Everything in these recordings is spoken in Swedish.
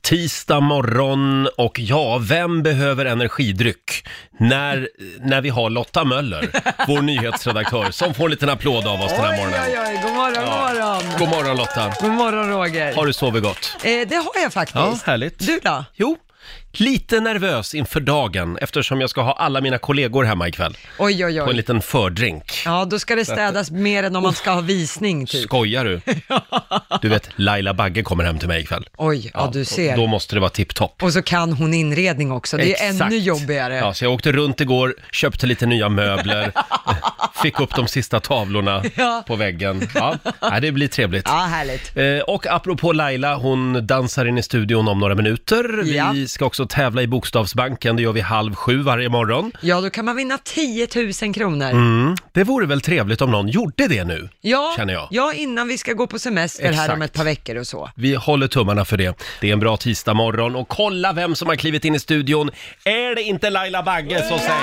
Tisdag morgon och ja, vem behöver energidryck när vi har Lotta Möller, vår nyhetsredaktör, som får en liten applåd av oss den här morgonen. Oj, god morgon, god morgon. God morgon Lotta. God morgon Roger. Har du sovit gott? Det har jag faktiskt. Ja, härligt. Du då? Jo, lite nervös inför dagen eftersom jag ska ha alla mina kollegor hemma ikväll. Oj, oj, På en oj. liten fördrink. Ja, då ska det städas mer än om man ska ha visning typ. Skojar du? Du vet, Laila Bagge kommer hem till mig ikväll. Oj, ja du ser. Då måste det vara tipptopp. Och så kan hon inredning också, det är Exakt. ännu jobbigare. Ja, så jag åkte runt igår, köpte lite nya möbler, fick upp de sista tavlorna på väggen. Ja, det blir trevligt. Ja, härligt. Och apropå Laila, hon dansar in i studion om några minuter. Ja. Vi ska också tävla i Bokstavsbanken, det gör vi 6:30 varje morgon. Ja, då kan man vinna 10 000 kronor. Det vore väl trevligt om någon gjorde det nu, känner jag. Ja, innan vi ska gå på semester här om ett par veckor och så. Vi håller tummarna för det. Det är en bra tisdag morgon och kolla vem som har klivit in i studion. Är det inte Laila Bagge, så säg?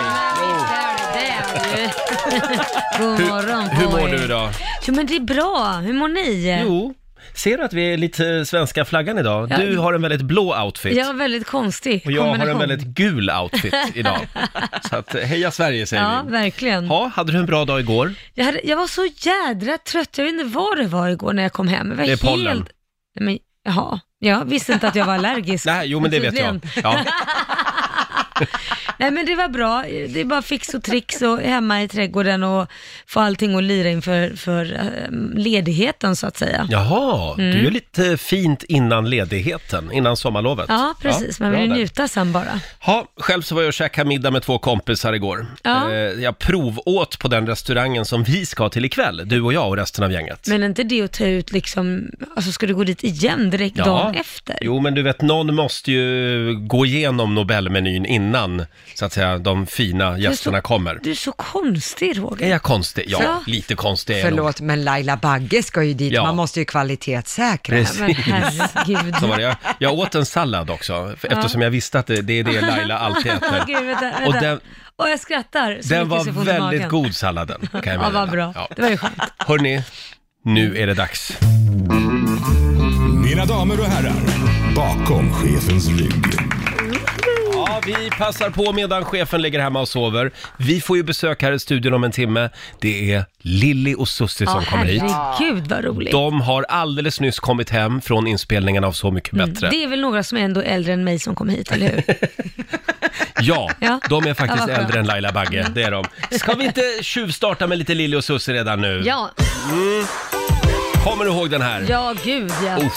God morgon på Hur mår er. du idag? Jo, men det är bra. Hur mår ni? Jo, ser du att vi är lite svenska flaggan idag? Ja. Du har en väldigt blå outfit. Jag är väldigt konstig Och jag har en kombination. väldigt gul outfit idag. Så att heja Sverige, säger Ja, vi. verkligen. Ja, hade du en bra dag igår? Jag var så jädra trött. Jag vet inte vad det var igår när jag kom hem. Jag var Det är pollen. Nej, men, jaha, jag visste inte att jag var allergisk. Nej, jo men det vet jag. Tydligen. Ja. Nej, men det var bra. Det är bara fix och tricks och hemma i trädgården och få allting att lira inför ledigheten så att säga. Jaha, du är lite fint innan ledigheten, innan sommarlovet. Ja, precis. Man vill ju bra där. njuta sen bara. Ja, själv så var jag och käkade middag med 2 kompisar igår. Ja. Jag provåt på den restaurangen som vi ska till ikväll, du och jag och resten av gänget. Men inte det att ta ut liksom, alltså ska du gå dit igen direkt dagen efter? Jo, men du vet, någon måste ju gå igenom Nobelmenyn innan, så att säga, de fina gästerna kommer. Du är så konstig, Roger. Är jag konstig? Ja, Ja. lite konstig är jag nog. Förlåt, men Laila Bagge ska ju dit. Ja. Man måste ju kvalitetssäkra. Precis. Men herregud. Så var det. Jag åt en sallad också, eftersom jag visste att det är det Laila alltid äter. Gud, vänta. Och den Jag skrattar så den mycket var så jag får ont i väldigt magen. god, salladen, kan jag Ja, meddela. vad bra. Ja. Det var ju skönt. Hörrni, nu är det dags. Mina damer och herrar, bakom chefens rygg. Ja, vi passar på medan chefen ligger hemma och sover. Vi får ju besök här i studion om en timme. Det är Lilly och Susie som kommer hit. Herregud vad roligt. De har alldeles nyss kommit hem från inspelningen av Så mycket bättre. Det är väl några som är ändå äldre än mig som kom hit, eller hur? Ja, Ja. de är faktiskt Ja, vad skönt. äldre än Laila Bagge, det är de. Ska vi inte tjuvstarta med lite Lilly och Susie redan nu? Ja, Kommer du ihåg den här? ja gud ja. Uff.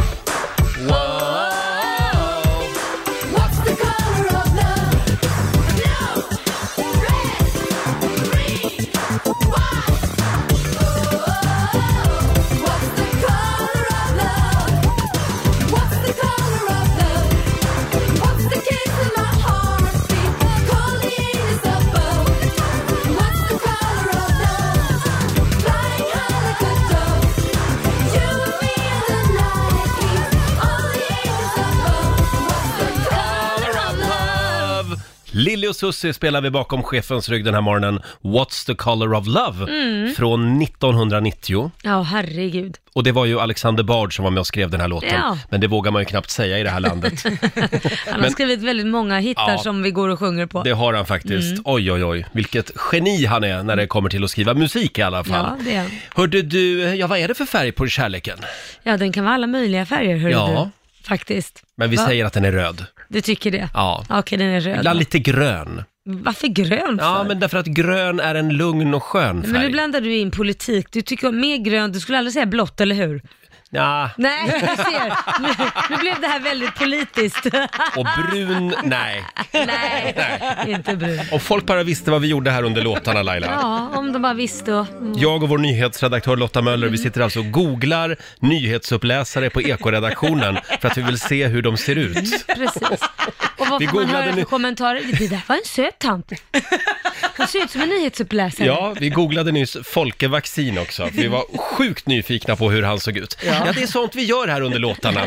Lilly och Susie spelar vi bakom chefens rygg den här morgonen. What's the color of love? Från 1990. Ja, herregud. Och det var ju Alexander Bard som var med och skrev den här låten. Ja. Men det vågar man ju knappt säga i det här landet. Han har skrivit väldigt många hittar Ja. som vi går och sjunger på. Det har han faktiskt. Oj, oj, oj. Vilket geni han är när det kommer till att skriva musik i alla fall. Ja, det är han. Hörde du, ja vad är det för färg på kärleken? Ja, den kan vara alla möjliga färger, hör Ja. du. Faktiskt. Men vi Va? säger att den är röd. Du tycker det? Ja. Okej, den är röd. Ibland lite grön. Varför grön för? Ja, men därför att grön är en lugn och skön färg. Men nu blandar du in politik. Du tycker om mer grönt. Du skulle aldrig säga blått, eller hur? Ja, Nej, du ser. Nu blev det här väldigt politiskt. och brun, nej. Nej, inte brun. Och folk bara visste vad vi gjorde här under låtarna, Laila. Ja, om de bara visste. Jag och vår nyhetsredaktör Lotta Möller, vi sitter alltså och googlar nyhetsuppläsare på Eko-redaktionen för att vi vill se hur de ser ut. Precis. Och vad Vi får man googlade höra för nu- kommentarer? Det där var en söt tant. Hon ser ut som en nyhetsuppläsare. Ja, vi googlade nyss Folke Vaccin också. Vi var sjukt nyfikna på hur han såg ut. Ja, det är sånt vi gör här under låtarna.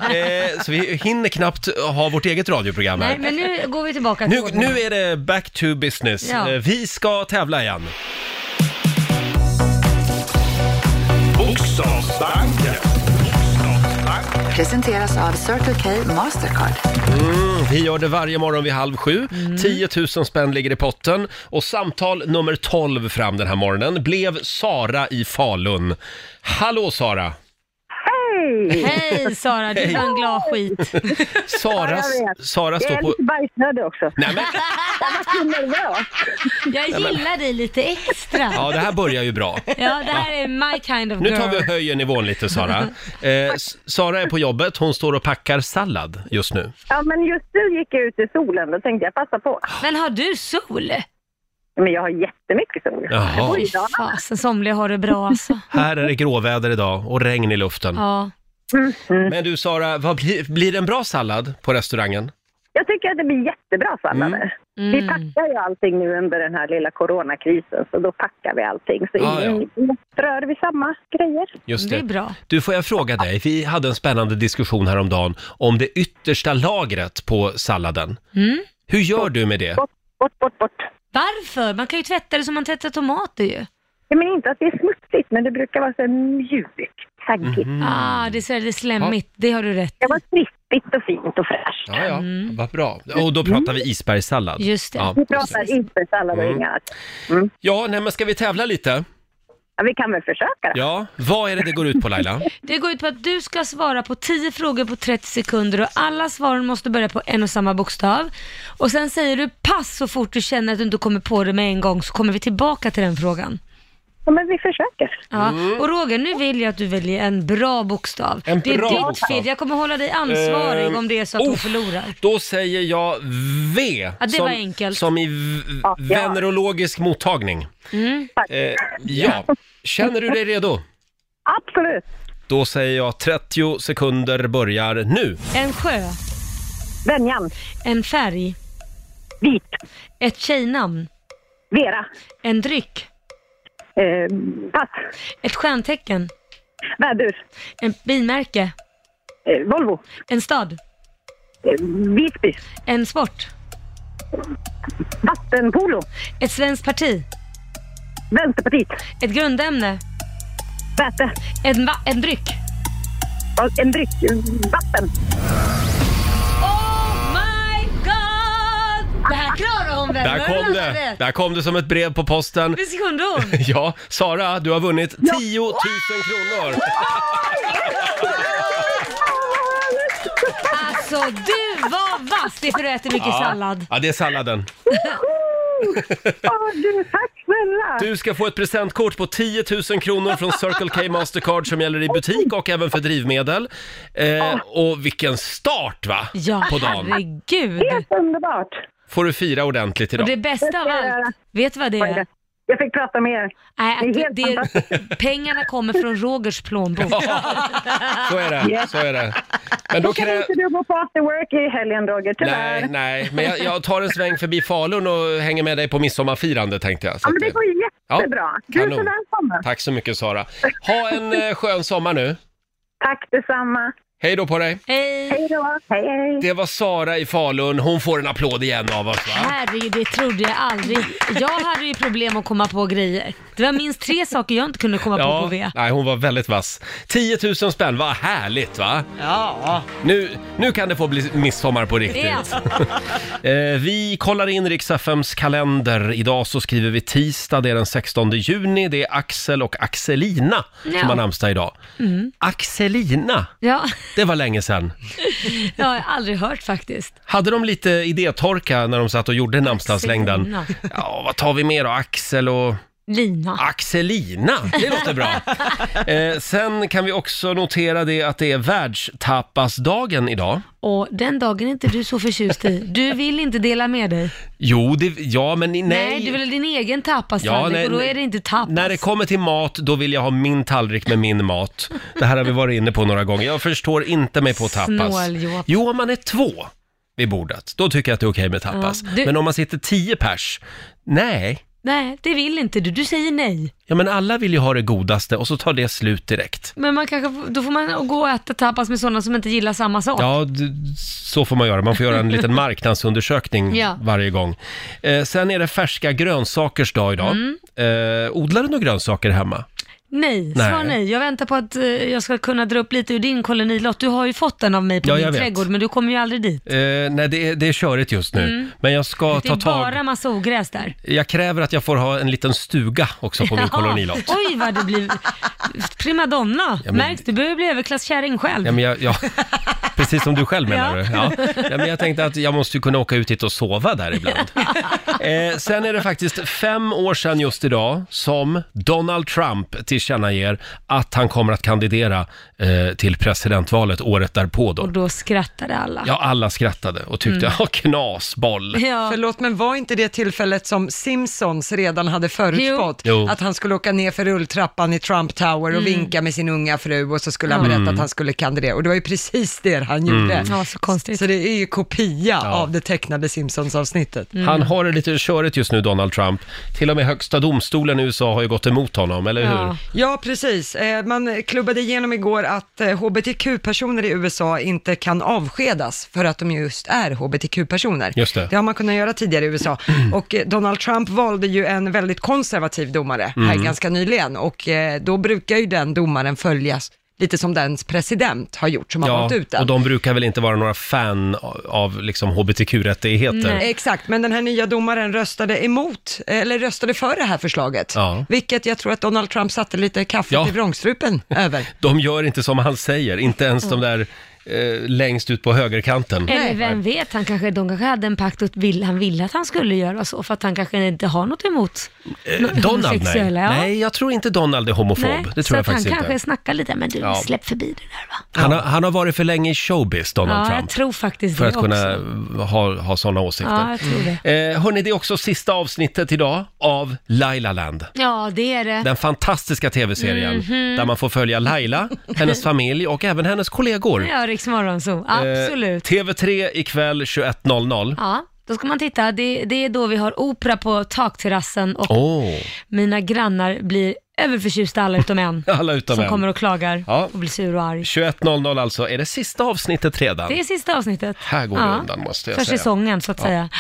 Så vi hinner knappt ha vårt eget radioprogram här. Nej, men nu går vi tillbaka till Nu är det back to business. Ja. Vi ska tävla igen. Bokstavsbanken. Presenteras av Circle K Mastercard. Vi gör det varje morgon vid 6:30. 10 000 spänn ligger i potten. Och samtal nummer 12 fram den här morgonen blev Sara i Falun. Hallå Sara! Hej Sara, du var en glad skit. Sara står Jag är på... lite bajsnödig också. Nej, men... Jag gillar dig lite extra. Ja, det här börjar ju bra. Ja, det här är my kind of Nu girl. tar vi och höjer nivån lite, Sara. Sara är på jobbet, hon står och packar sallad just nu. Ja, men just nu gick jag ut i solen, då tänkte jag passa på. Men har du sol? Men jag har jättemycket sol. Jaha. Oj, fasen, somliga har det bra alltså. Här är det gråväder idag och regn i luften. Ja. Men du Sara, blir det en bra sallad på restaurangen? Jag tycker att det blir jättebra sallader. Vi packar ju allting nu under den här lilla coronakrisen, så då packar vi allting. Så rör vi samma grejer. Just Det är bra. Du, får jag fråga dig, vi hade en spännande diskussion häromdagen om det yttersta lagret på salladen. Hur gör du med det? Bort. Varför? Man kan ju tvätta det som man tvättar tomater ju. Jag menar inte att det är smutsigt, men det brukar vara så mjukt, taggigt. Det är så slemmigt, det har du rätt Det i. var krispigt och fint och fräscht. Ja, vad bra. Och då pratar vi isbergssallad. Just det. Ja, Vi pratar isbergssallad och inga. ja, nej, men ska vi tävla lite? Ja, vi kan väl försöka. Ja, vad är det går ut på, Laila? Det går ut på att du ska svara på 10 frågor på 30 sekunder och alla svaren måste börja på en och samma bokstav. Och sen säger du pass så fort du känner att du inte kommer på det med en gång, så kommer vi tillbaka till den frågan. Ja, men vi försöker. Ja. Och Roger, nu vill jag att du väljer en bra bokstav. En Det är bra ditt bokstav. fel, jag kommer hålla dig ansvarig om det är så att hon förlorar. Då säger jag V. Ja, det var enkelt. Som i venerologisk mottagning. Ja, känner du dig redo? Absolut. Då säger jag 30 sekunder börjar nu. En sjö, Venjan. en färg, Vit. ett tjejnamn, Vera. en dryck, Pass. ett stjärntecken, Vädur. en bilmärke, Volvo. en stad, Visby. en sport, Vattenpolo. ett svenskt parti, Vänsterpartiet. ett grundämne, Väte. en dryck. En dryck. Vatten. Oh my god! Det här klarar hon väl? Där kom det som ett brev på posten. Det kunde hon. Ja, Sara, du har vunnit 10 000 kronor. Alltså, du var vass. Det är för att du äter mycket sallad. Ja, det är salladen. Tack snälla. Du ska få ett presentkort på 10 000 kronor från Circle K Mastercard som gäller i butik och även för drivmedel. Och vilken start, va? Ja, på dagen. herregud. Helt underbart. Får du fira ordentligt idag. Och det bästa av allt, vet du vad det är? Jag fick prata med er. Nej, Det är att helt pengarna kommer från Rogers plånbok. Så är det, så är det. Men Då kan inte du gå på after work i helgen, Roger, tyvärr. Nej, men jag tar en sväng förbi Falun och hänger med dig på midsommarfirande, tänkte jag. Ja, men det går jättebra. Du är så kanon. välkommen. Tack så mycket, Sara. Ha en skön sommar nu. Tack detsamma. Hej då på dig. Hej! Hej då. Hej, hej. Det var Sara i Falun. Hon får en applåd igen av oss, va? Herregud, det trodde jag aldrig. Jag hade ju problem att komma på grejer. Det var minst 3 saker jag inte kunde komma på V. Nej, hon var väldigt vass. 10 000 spänn, vad härligt, va? Ja. Nu kan det få bli midsommar på riktigt. Ja. Vi kollar in Rix FMs kalender. Idag så skriver vi tisdag, det är den 16 juni. Det är Axel och Axelina som har namnsdag idag. Axelina, Ja. det var länge sedan. Jag har aldrig hört faktiskt. Hade de lite idétorka när de satt och gjorde namnsdagslängden? Axelina. Ja, vad tar vi mer då? Axel och... Lina. Axelina, det låter bra. Sen kan vi också notera det att det är världstapasdagen idag. Och den dagen är inte du så förtjust i. Du vill inte dela med dig. Jo, men nej. Nej, du vill ha din egen tapastallrik och då är det inte tapas. När det kommer till mat, då vill jag ha min tallrik med min mat. Det här har vi varit inne på några gånger. Jag förstår inte mig på tapas. Snåljåp. Jo, om man är 2 vid bordet, då tycker jag att det är okej med tapas. Ja, Men om man sitter 10 pers, nej. Nej, det vill inte du. Du säger nej. Ja, men alla vill ju ha det godaste och så tar det slut direkt. Men då får man gå och äta tapas med sådana som inte gillar samma sak. Ja, så får man göra. Man får göra en liten marknadsundersökning varje gång. Sen är det färska grönsakers dag idag. Odlar du några grönsaker hemma? Nej, svar nej. Jag väntar på att jag ska kunna dra upp lite ur din kolonilott. Du har ju fått den av mig på min trädgård, men du kommer ju aldrig dit. Nej, det är körigt just nu. Men jag ska ta tag... Det är bara massa ogräs där. Jag kräver att jag får ha en liten stuga också på min kolonilott. Oj, vad det blir primadonna. Märks, du behöver bli överklasskärring själv. Ja, men precis som du själv menar du. Ja. Men jag tänkte att jag måste ju kunna åka ut hit och sova där ibland. Sen är det faktiskt 5 år sedan just idag som Donald Trump tillkännager att han kommer att kandidera till presidentvalet året därpå då. Och då skrattade alla. Ja, alla skrattade och tyckte, knasboll. Ja. Förlåt, men var inte det tillfället som Simpsons redan hade förutspått? Att han skulle åka ner för rulltrappan i Trump Tower och vinka med sin unga fru och så skulle han berätta att han skulle kandidera. Och det var ju precis det han gjorde. Ja, så konstigt. Så det är ju kopia av det tecknade Simpsons-avsnittet. Han har det lite körigt just nu, Donald Trump. Till och med högsta domstolen i USA har ju gått emot honom, eller hur? Ja, precis. Man klubbade igenom igår att hbtq-personer i USA inte kan avskedas för att de just är hbtq-personer. Just det. Det har man kunnat göra tidigare i USA. Och Donald Trump valde ju en väldigt konservativ domare här ganska nyligen. Och då brukar ju den domaren följas lite som dens president har gjort, som har valt ut den. Och de brukar väl inte vara några fan av liksom hbtq-rättigheter. Nej, exakt, men den här nya domaren röstade för det här förslaget. Ja. Vilket jag tror att Donald Trump satte lite kaffet i vrångstrupen över. De gör inte som han säger, inte ens de där längst ut på högerkanten. Eller vem vet, de kanske hade en pakt och han ville att han skulle göra så, för att han kanske inte har något emot Donald, nej, jag tror inte Donald är homofob. Nej, det tror jag faktiskt inte. Så han kanske snackar lite, men du, släpp förbi det där, va? Han har varit för länge i showbiz, Donald Trump. Ja, jag tror faktiskt för det att kunna ha sådana åsikter. Ja, jag tror det. Hörrni, det är också sista avsnittet idag av Laila Land. Ja, det är det. Den fantastiska tv-serien där man får följa Laila, hennes familj och även hennes kollegor. Ja, Riks Morgonzoo, absolut. TV3 ikväll 21.00. Ja, då ska man titta. Det är då vi har opera på takterrassen och mina grannar blir överförtjusta, alla utom en. Alla utom som en. kommer och klagar och blir sur och arg. 21.00 alltså. Är det sista avsnittet redan? Det är sista avsnittet. Här går det undan, måste jag säga. För säsongen, så att säga.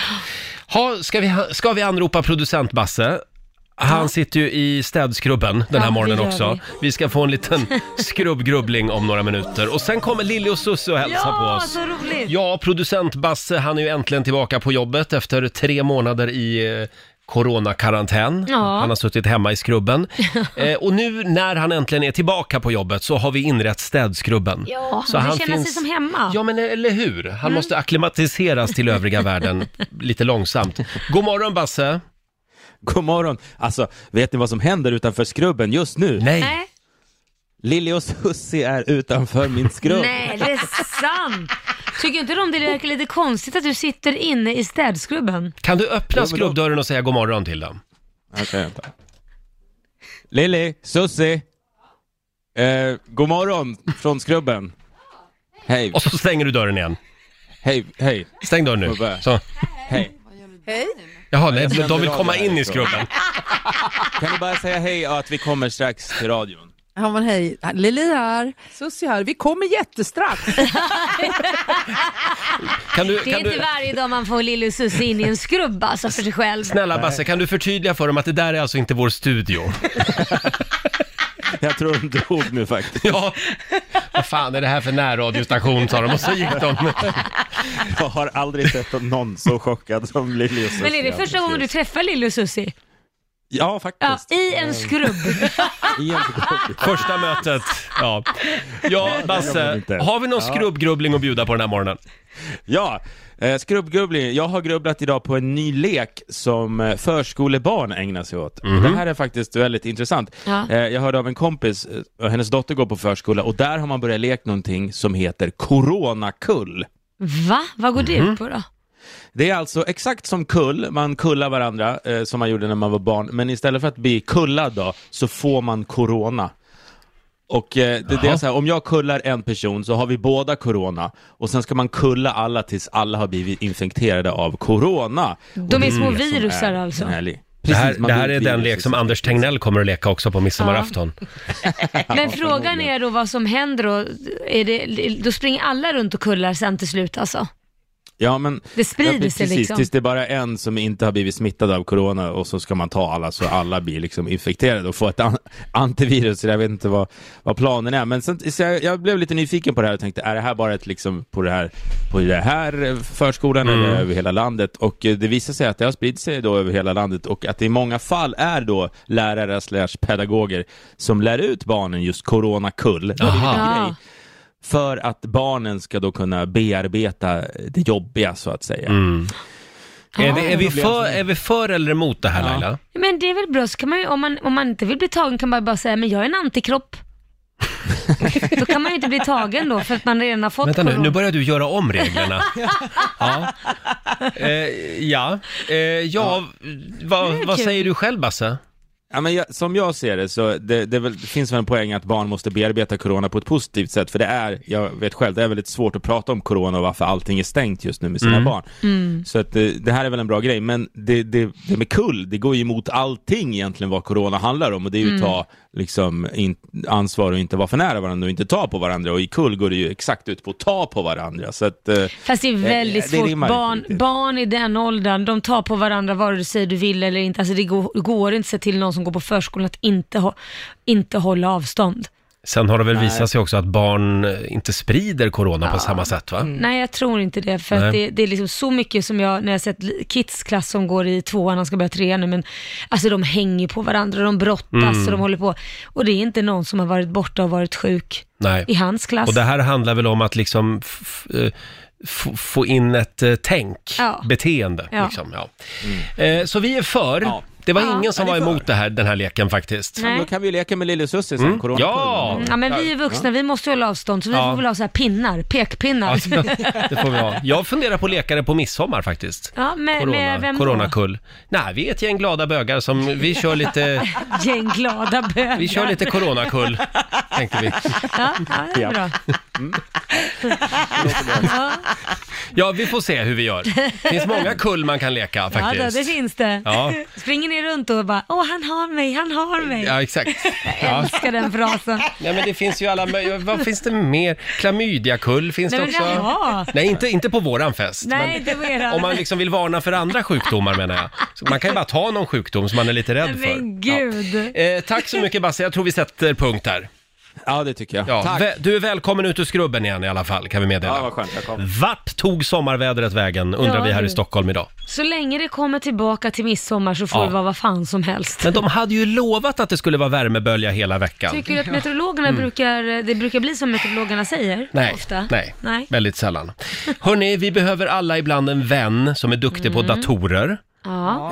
Ska vi anropa producent Basse? Han sitter ju i städskrubben den här morgonen också. Vi ska få en liten skrubbgrubbling om några minuter. Och sen kommer Lili och Susie och hälsa på oss. Ja, så roligt! Ja, producent Basse, han är ju äntligen tillbaka på jobbet efter 3 månader i coronakarantän. Han har suttit hemma i skrubben. Och nu när han äntligen är tillbaka på jobbet så har vi inrett städskrubben. Ja, så han känner sig som hemma. Ja, men eller hur? Han måste akklimatiseras till övriga världen lite långsamt. God morgon, Basse! God morgon. Alltså, vet ni vad som händer utanför skrubben just nu? Nej. Lili och Susie är utanför min skrubb. Nej, det är sant. Tycker inte de det verkar lite konstigt att du sitter inne i städskrubben? Kan du öppna skrubbdörren och säga god morgon till dem? Okej, vänta. Lili, Susie. God morgon från skrubben. Hej. Och så stänger du dörren igen. Hej. Stäng dörren nu. Så. Hej. Jaha, nej, de vill komma in i skrubben. Kan du bara säga hej och att vi kommer strax till radion? Ja, men hej. Lili här. Susie här. Vi kommer jättestrax. Det är inte varje dag man får Lili och Susie in i en skrubb, alltså, för sig själv. Snälla Basse, kan du förtydliga för dem att det där är alltså inte vår studio? Jag tror de drog nu faktiskt. Ja, vad fan är det här för närradiostation, sa de, och så gick de. Jag har aldrig sett någon så chockad som Lili och Susie. Men är det första gången du träffar Lili och Susie? Ja, faktiskt. Ja, i en skrubb. Första mötet. Ja, Basse, har vi någon skrubbgrubbling att bjuda på den här morgonen? Ja, skrubbgrubbling. Jag har grubblat idag på en ny lek som förskolebarn ägnar sig åt. Det här är faktiskt väldigt intressant. Jag hörde av en kompis, hennes dotter går på förskola, och där har man börjat leka någonting som heter coronakull. Va? Vad går det ut på då? Det är alltså exakt som kull, man kullar varandra som man gjorde när man var barn, men istället för att bli kullad då, så får man corona. Och det är så här, om jag kullar en person så har vi båda corona, och sen ska man kulla alla tills alla har blivit infekterade av corona. De är små virusar alltså. Det här är den lek som Anders Tegnell kommer att leka också på midsommarafton. Men frågan är då vad som händer då. Då springer alla runt och kullar sen till slut alltså? Ja, men det sprider sig liksom. Tills det är bara en som inte har blivit smittad av corona och så ska man ta alla så alla blir liksom infekterade och få ett antivirus. Så jag vet inte vad planen är. Men sen, så jag blev lite nyfiken på det här och tänkte, är det här bara ett liksom på det här förskolan eller över hela landet? Och det visar sig att det har spridit sig då över hela landet och att det i många fall är då lärare/pedagoger som lär ut barnen just coronakull. För att barnen ska då kunna bearbeta det jobbiga så att säga. Är vi för eller emot det här, Laila? Men det är väl bra, så kan man ju, om man inte vill bli tagen kan man bara säga, men jag är en antikropp. Då kan man ju inte bli tagen då för att man redan har fått. Vänta nu börjar du göra om reglerna. Vad säger du själv, Basse? Ja, men som jag ser det så det finns väl en poäng att barn måste bearbeta corona på ett positivt sätt, för jag vet själv, det är väldigt svårt att prata om corona och varför allting är stängt just nu med sina barn. Så att det här är väl en bra grej, men det med kull, det går ju emot allting egentligen vad corona handlar om, och det är ju att ta liksom ansvar och inte vara för nära varandra och inte ta på varandra, och i kull går det ju exakt ut på att ta på varandra. Så att, fast det är väldigt svårt, barn i den åldern, de tar på varandra vare du säger du vill eller inte, alltså det går inte att se till någon som går på förskolan att inte hålla avstånd. Sen har det väl visat sig också att barn inte sprider corona på samma sätt, va? Nej, jag tror inte det. För att det är liksom så mycket som när jag sett kids klass som går i 2:an, han ska börja 3:an nu, men alltså de hänger på varandra, de brottas och de håller på. Och det är inte någon som har varit borta och varit sjuk i hans klass. Och det här handlar väl om att liksom få in ett beteende. Liksom, så vi är för... Ja. Det var ingen som var emot den här leken faktiskt. Då kan vi leka med lille Sussie sen. Ja, men vi är vuxna, vi måste hålla avstånd, så vi får väl ha så här pekpinnar. Det får vi ha. Jag funderar på lekare på midsommar faktiskt. Ja, med vem då? Coronakull. Nej, vi är ett gäng glada bögar som vi kör lite... Gäng glada bögar. Vi kör lite coronakull, tänkte vi. Ja, det är bra. Ja, vi får se hur vi gör. Det finns många kull man kan leka faktiskt. Ja, det finns det. Ja. Springer ni runt och bara, han har mig. Ja, exakt. Jag älskar den frasen. Nej, men det finns ju alla vad finns det mer? Klamydiakull finns det också. Nej, inte på våran fest. Nej, det var om man liksom vill varna för andra sjukdomar, menar jag. Så man kan ju bara ta någon sjukdom som man är lite rädd för. Men gud. Tack så mycket, Basse. Jag tror vi sätter punkt här. Ja, det tycker jag. Ja, tack. Du är välkommen ut ur skrubben igen i alla fall, kan vi meddela. Ja, vad skönt, jag kom. Vart tog sommarvädret vägen, undrar vi här i Stockholm idag. Så länge det kommer tillbaka till midsommar så får det vara vad fan som helst. Men de hade ju lovat att det skulle vara värmebölja hela veckan. Tycker du att meteorologerna brukar bli som meteorologerna säger? Nej, ofta? Nej, väldigt sällan. Hörrni, vi behöver alla ibland en vän som är duktig på datorer. Ja.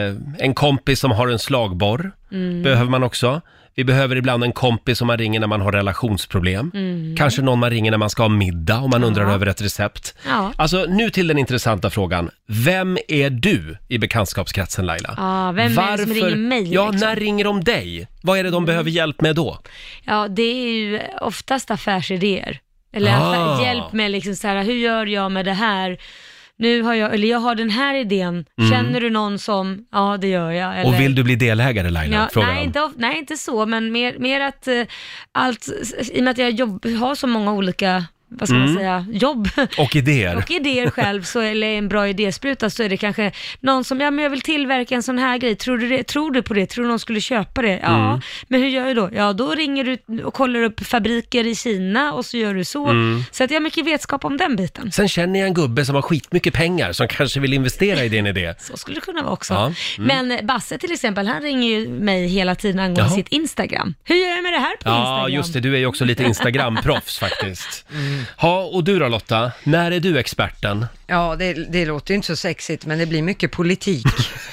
En kompis som har en slagborr behöver man också. Vi behöver ibland en kompis som man ringer när man har relationsproblem. Kanske någon man ringer när man ska ha middag och man undrar över ett recept. Ja. Alltså, nu till den intressanta frågan. Vem är du i bekantskapskretsen, Laila? Ja, vem är det som ringer mig? Ja, när ringer de dig? Vad är det de behöver hjälp med då? Ja, det är ju oftast affärsidéer. Eller hjälp med liksom så här, hur gör jag med det här? Nu har jag har den här idén. Känner du någon som, ja det gör jag. Eller... Och vill du bli delägare, Laila? Nej, inte så, men mer att allt, i och med att jag har så många olika, vad ska man säga, jobb. Och idéer. Och idéer själv, eller en bra idéspruta, så är det kanske någon som, men jag vill tillverka en sån här grej. Tror du på det? Tror du någon skulle köpa det? Ja, men hur gör du då? Ja, då ringer du och kollar upp fabriker i Kina och så gör du så. Så att jag har mycket vetskap om den biten. Sen känner jag en gubbe som har skitmycket pengar som kanske vill investera i din idé. Så skulle det kunna vara också. Ja. Men Basse till exempel, han ringer ju mig hela tiden angående sitt Instagram. Hur gör jag med det här på Instagram? Ja, just det. Du är ju också lite Instagram-proffs faktiskt. Ja, och du då, Lotta? När är du experten? Ja, det låter ju inte så sexigt, men det blir mycket politik.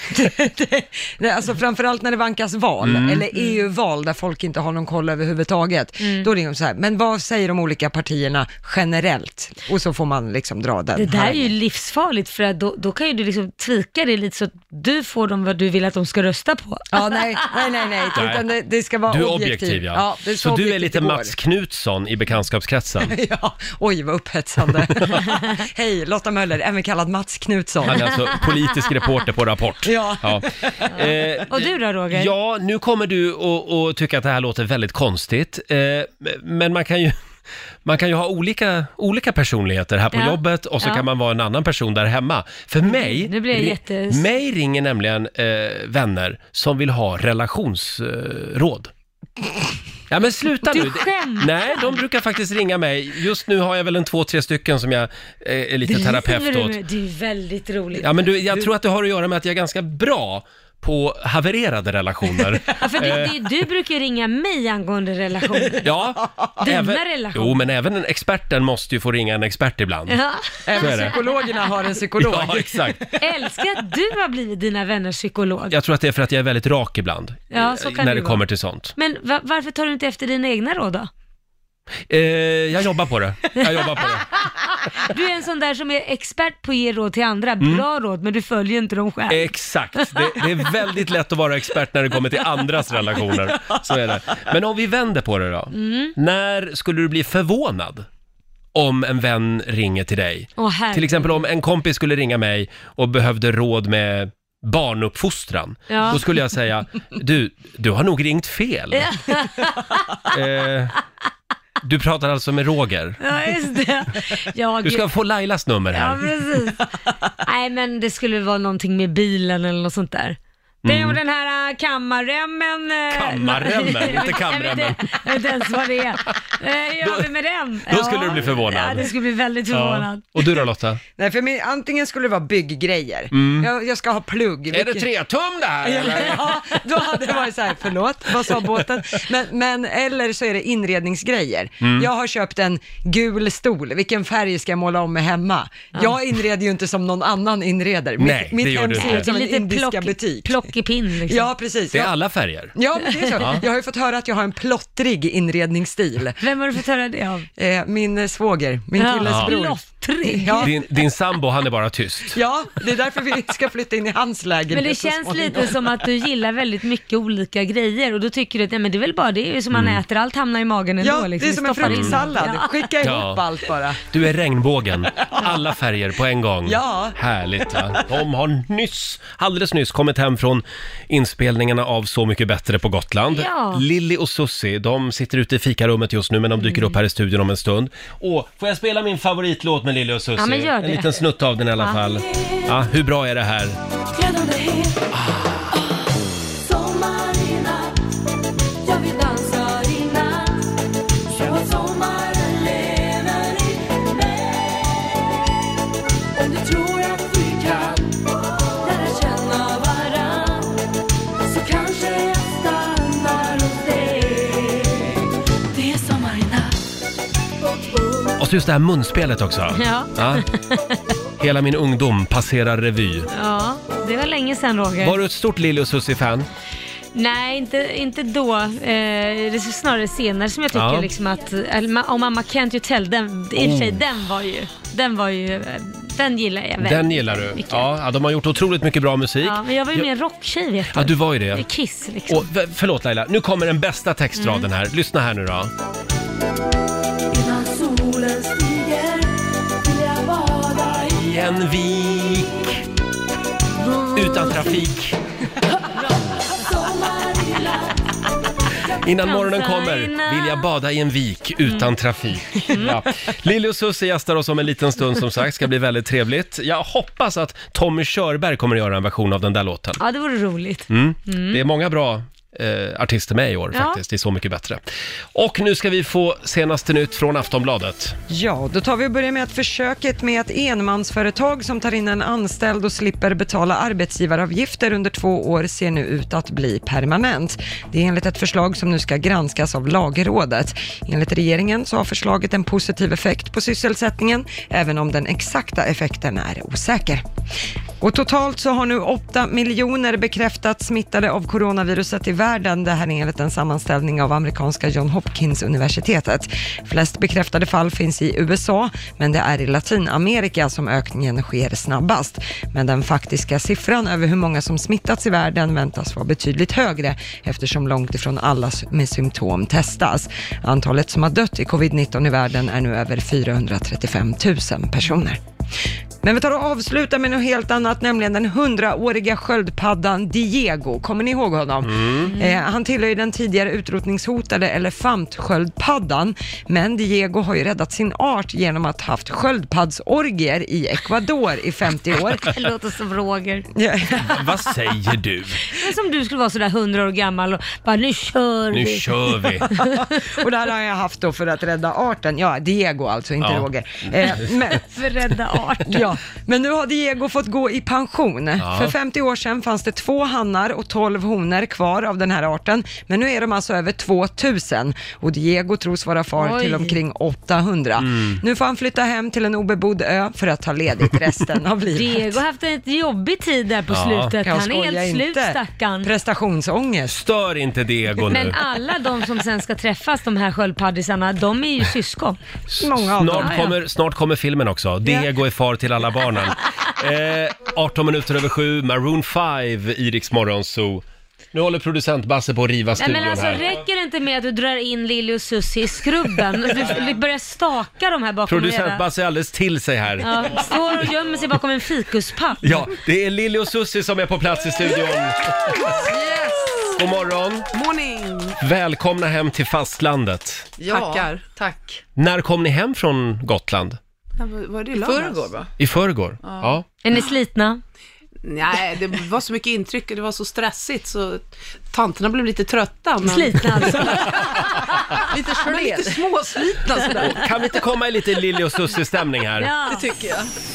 Alltså framförallt när det vankas val, eller EU-val där folk inte har någon koll överhuvudtaget. Då ringer de så här, men vad säger de olika partierna generellt? Och så får man liksom dra den. Det där är ju livsfarligt, för att då kan ju du liksom tvika det lite så att du får dem vad du vill att de ska rösta på. Ja, nej. Utan det ska vara objektiv. objektiv. Ja. Ja, så du är lite Mats Knutsson i bekantskapskretsen? Ja, oj vad upphetsande. Hej, Lotta Möller, även kallad Mats Knutsson. Han är alltså politisk reporter på Rapport. Ja. Och du då, Roger? Ja, nu kommer du och tycka att det här låter väldigt konstigt. Men man kan ju... man kan ju ha olika personligheter här på jobbet och så kan man vara en annan person där hemma. För mig ringer nämligen vänner som vill ha relationsråd. Ja, men sluta nu. Nej, de brukar faktiskt ringa mig. Just nu har jag väl 2-3 stycken som jag är lite terapeut åt. Det är väldigt roligt. Ja, men jag tror att det har att göra med att jag är ganska bra på havererade relationer. Ja, för du brukar ju ringa mig angående relationer. Ja. Relationer. Jo, men även en experten måste ju få ringa en expert ibland. Ja. Även psykologerna har en psykolog. Ja, exakt. Älskar att du har blivit dina vänners psykolog. Jag tror att det är för att jag är väldigt rak ibland. Ja, så kan när det kommer till sånt. Men varför tar du inte efter dina egna råd då? Jag jobbar på det. Du är en sån där som är expert på att ge råd till andra. Bra råd, men du följer inte dem själv. Exakt. Det är väldigt lätt att vara expert när det kommer till andras relationer. Så är det. Men om vi vänder på det då. När skulle du bli förvånad om en vän ringer till dig? Till exempel om en kompis skulle ringa mig och behövde råd med barnuppfostran. Ja. Då skulle jag säga, du har nog ringt fel. Du pratar alltså med Roger. Ja, just det. Du ska få Lailas nummer här. Ja, precis. Nej, men det skulle vara någonting med bilen eller något sånt där. Det är den här kammarremmen. Inte kamremmen. Jag vet inte ens vad det är. Hur gör vi med den? Då skulle du bli förvånad. Ja, det skulle bli väldigt förvånad. Ja. Och du då, Lotta? Nej, för mig, antingen skulle det vara bygggrejer. Jag ska ha plugg. Är det 3 tum det här? Eller? Ja, då hade det varit så här, förlåt, vad sa båten? Men eller så är det inredningsgrejer. Jag har köpt en gul stol. Vilken färg ska jag måla om med hemma? Ja. Jag inreder ju inte som någon annan inreder. Mitt hem ser ut som en indiska butik. Plockepinn liksom. Ja, precis. Det är alla färger. Ja, men det är så. Ja. Jag har ju fått höra att jag har en plottrig inredningsstil. Vem har du fått höra det av? Min svåger, min killes bror. Plottrig? Ja. Din sambo, han är bara tyst. Ja, det är därför vi ska flytta in i hans lägenhet. Men det känns lite som att du gillar väldigt mycket olika grejer och då tycker du att men det är väl bara det är ju som man äter, allt hamnar i magen ändå. Ja, liksom. det är som en fruktsallad. Skicka ihop allt bara. Du är regnbågen, alla färger på en gång. Ja. Härligt, va? De har alldeles nyss kommit hem från inspelningarna av Så mycket bättre på Gotland. Ja. Lilly och Susie, de sitter ute i fikarummet just nu, men de dyker upp här i studion om en stund. Får jag spela min favoritlåt med Lilly och Susie? Ja, men gör det. En liten snutt av den i alla fall. Ja, hur bra är det här? Och så just det här munspelet också. Ja. Hela min ungdom passerar revy. Ja, det var länge sedan, Roger. Var du ett stort Lilly och Susie-fan? Nej, inte då. Det är snarare senare som jag tycker liksom att om Mamma Can't You Tell, den gillar jag väldigt. Den gillar du? Mycket. Ja, de har gjort otroligt mycket bra musik. Ja, men jag var ju mer rocktjej, vet du. Ja, du var ju det. Det är Kiss liksom. Och, förlåt Laila, nu kommer den bästa textraden här. Lyssna här nu då. Innan solen stiger vill jag bada i en vik utan trafik. Innan morgonen kommer vill jag bada i en vik utan trafik. Ja. Lilly och Susie gästar oss om en liten stund, som sagt. Ska bli väldigt trevligt. Jag hoppas att Tommy Körberg kommer att göra en version av den där låten. Ja, det vore roligt. Det är många bra artister med i år faktiskt. Det är Så mycket bättre. Och nu ska vi få senaste nytt från Aftonbladet. Ja, då tar vi och börjar med att försöket med ett enmansföretag som tar in en anställd och slipper betala arbetsgivaravgifter under 2 år ser nu ut att bli permanent. Det är enligt ett förslag som nu ska granskas av Lagrådet. Enligt regeringen så har förslaget en positiv effekt på sysselsättningen, även om den exakta effekten är osäker. Och totalt så har nu 8 miljoner bekräftat smittade av coronaviruset i världen. Det här är enligt en sammanställning av amerikanska John Hopkins-universitetet. Flest bekräftade fall finns i USA, men det är i Latinamerika som ökningen sker snabbast. Men den faktiska siffran över hur många som smittats i världen väntas vara betydligt högre, eftersom långt ifrån alla med symptom testas. Antalet som har dött i covid-19 i världen är nu över 435 000 personer. Men vi tar och avslutar med något helt annat, nämligen den 100-åriga sköldpaddan Diego. Kommer ni ihåg honom? Han tillhör ju den tidigare utrotningshotade elefantsköldpaddan, men Diego har ju räddat sin art genom att haft sköldpaddsorgier i Ecuador i 50 år. Det låter som Roger. Vad säger du? Det är som du skulle vara sådär 100 år gammal och bara, nu kör vi. Och det här har jag haft då för att rädda arten. Ja, Diego alltså, inte Roger. För rädda arten. Ja, men nu har Diego fått gå i pension. För 50 år sedan fanns det 2 hannar och 12 honor kvar av den här arten. Men nu är de alltså över 2000. Och Diego tros vara far till omkring 800. Nu får han flytta hem till en obebodd ö för att ta ledigt resten av livet. Diego har haft en jobbig tid där på slutet. Han är helt slut, stackarn. Prestationsångest. Stör inte Diego nu. Men alla de som sen ska träffas, de här sköldpaddisarna, de är ju syskon. Många av dem. Snart kommer filmen också. Diego är far till alla barnen. 18 minuter över 7, Maroon 5 i Rix Morgon Zoo. Nu håller producent Basse på att riva studion här. Men alltså, räcker det inte med att du drar in Lili och Susie i skrubben? Du börjar staka de här bakom. Producent Basse är alldeles till sig här. Ja, står och gömmer sig bakom en fikuspapp. Ja, det är Lili och Susie som är på plats i studion. Yes! God morgon. Morning! Välkomna hem till fastlandet. Ja, tackar. Tack. När kom ni hem från Gotland? Var det i förrgår, va? I förrgår? Ja. Är ni slitna? Nej, det var så mycket intryck och det var så stressigt så tanterna blev lite trötta. Men... Slitna alltså. lite småslitna sådär. Kan vi inte komma i lite Lili och Susie-stämning här? Ja. Det tycker jag.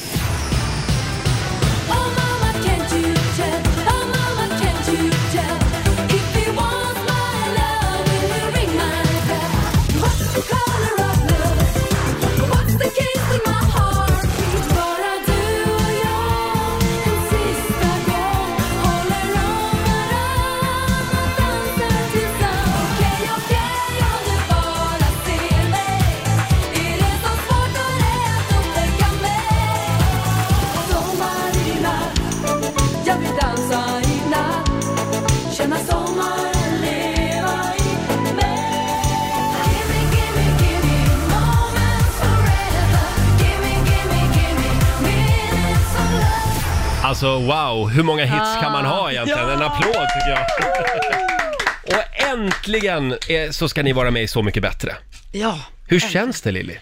Alltså wow, hur många hits kan man ha egentligen? En applåd tycker jag. Och äntligen så ska ni vara med i Så mycket bättre. Ja. Hur känns det, Lili?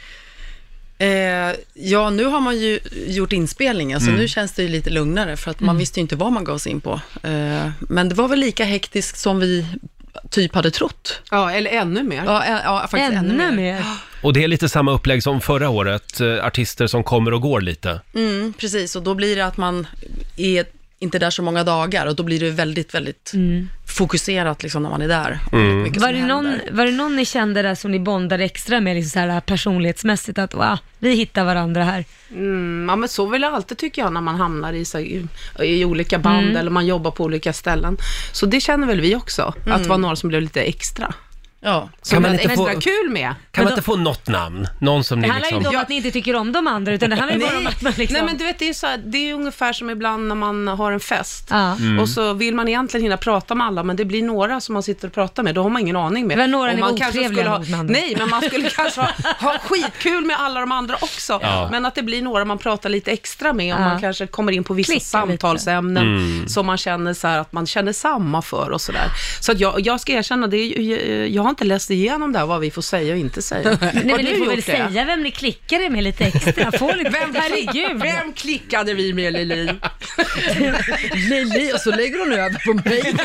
Ja, nu har man ju gjort inspelningen så nu känns det ju lite lugnare för att man visste ju inte vad man gav sig in på. Men det var väl lika hektiskt som vi typ hade trott. Ja, eller ännu mer. Ja faktiskt ännu mer. Och det är lite samma upplägg som förra året, artister som kommer och går lite. Precis, och då blir det att man är inte där så många dagar och då blir det väldigt, väldigt fokuserat liksom när man är där. Var det någon ni kände där som ni bondade extra med liksom så här personlighetsmässigt att vi hittar varandra här? Ja, men så vill jag alltid tycker jag när man hamnar i olika band eller man jobbar på olika ställen. Så det känner väl vi också, att vara några som blev lite extra. Ja. Kan man inte få kul med? Kan man inte få något namn? Någon som det ni handlar liksom... ju inte om att ni inte tycker om de andra utan det handlar ju bara om att man liksom... Nej men du vet det är så här, det är ungefär som ibland när man har en fest och så vill man egentligen hinna prata med alla men det blir några som man sitter och pratar med, då har man ingen aning med. Det var några och ni man var otrevliga nej men man skulle kanske ha skitkul med alla de andra också men att det blir några man pratar lite extra med och man kanske kommer in på vissa samtalsämnen som man känner så här att man känner samma för och sådär. Så att jag ska erkänna det, jag har inte läst igenom där vad vi får säga och inte säga. Nej, men ni får väl säga vem ni klickade med lite extra. Vem klickade vi med, Lili? Lili, och så lägger hon över på mig.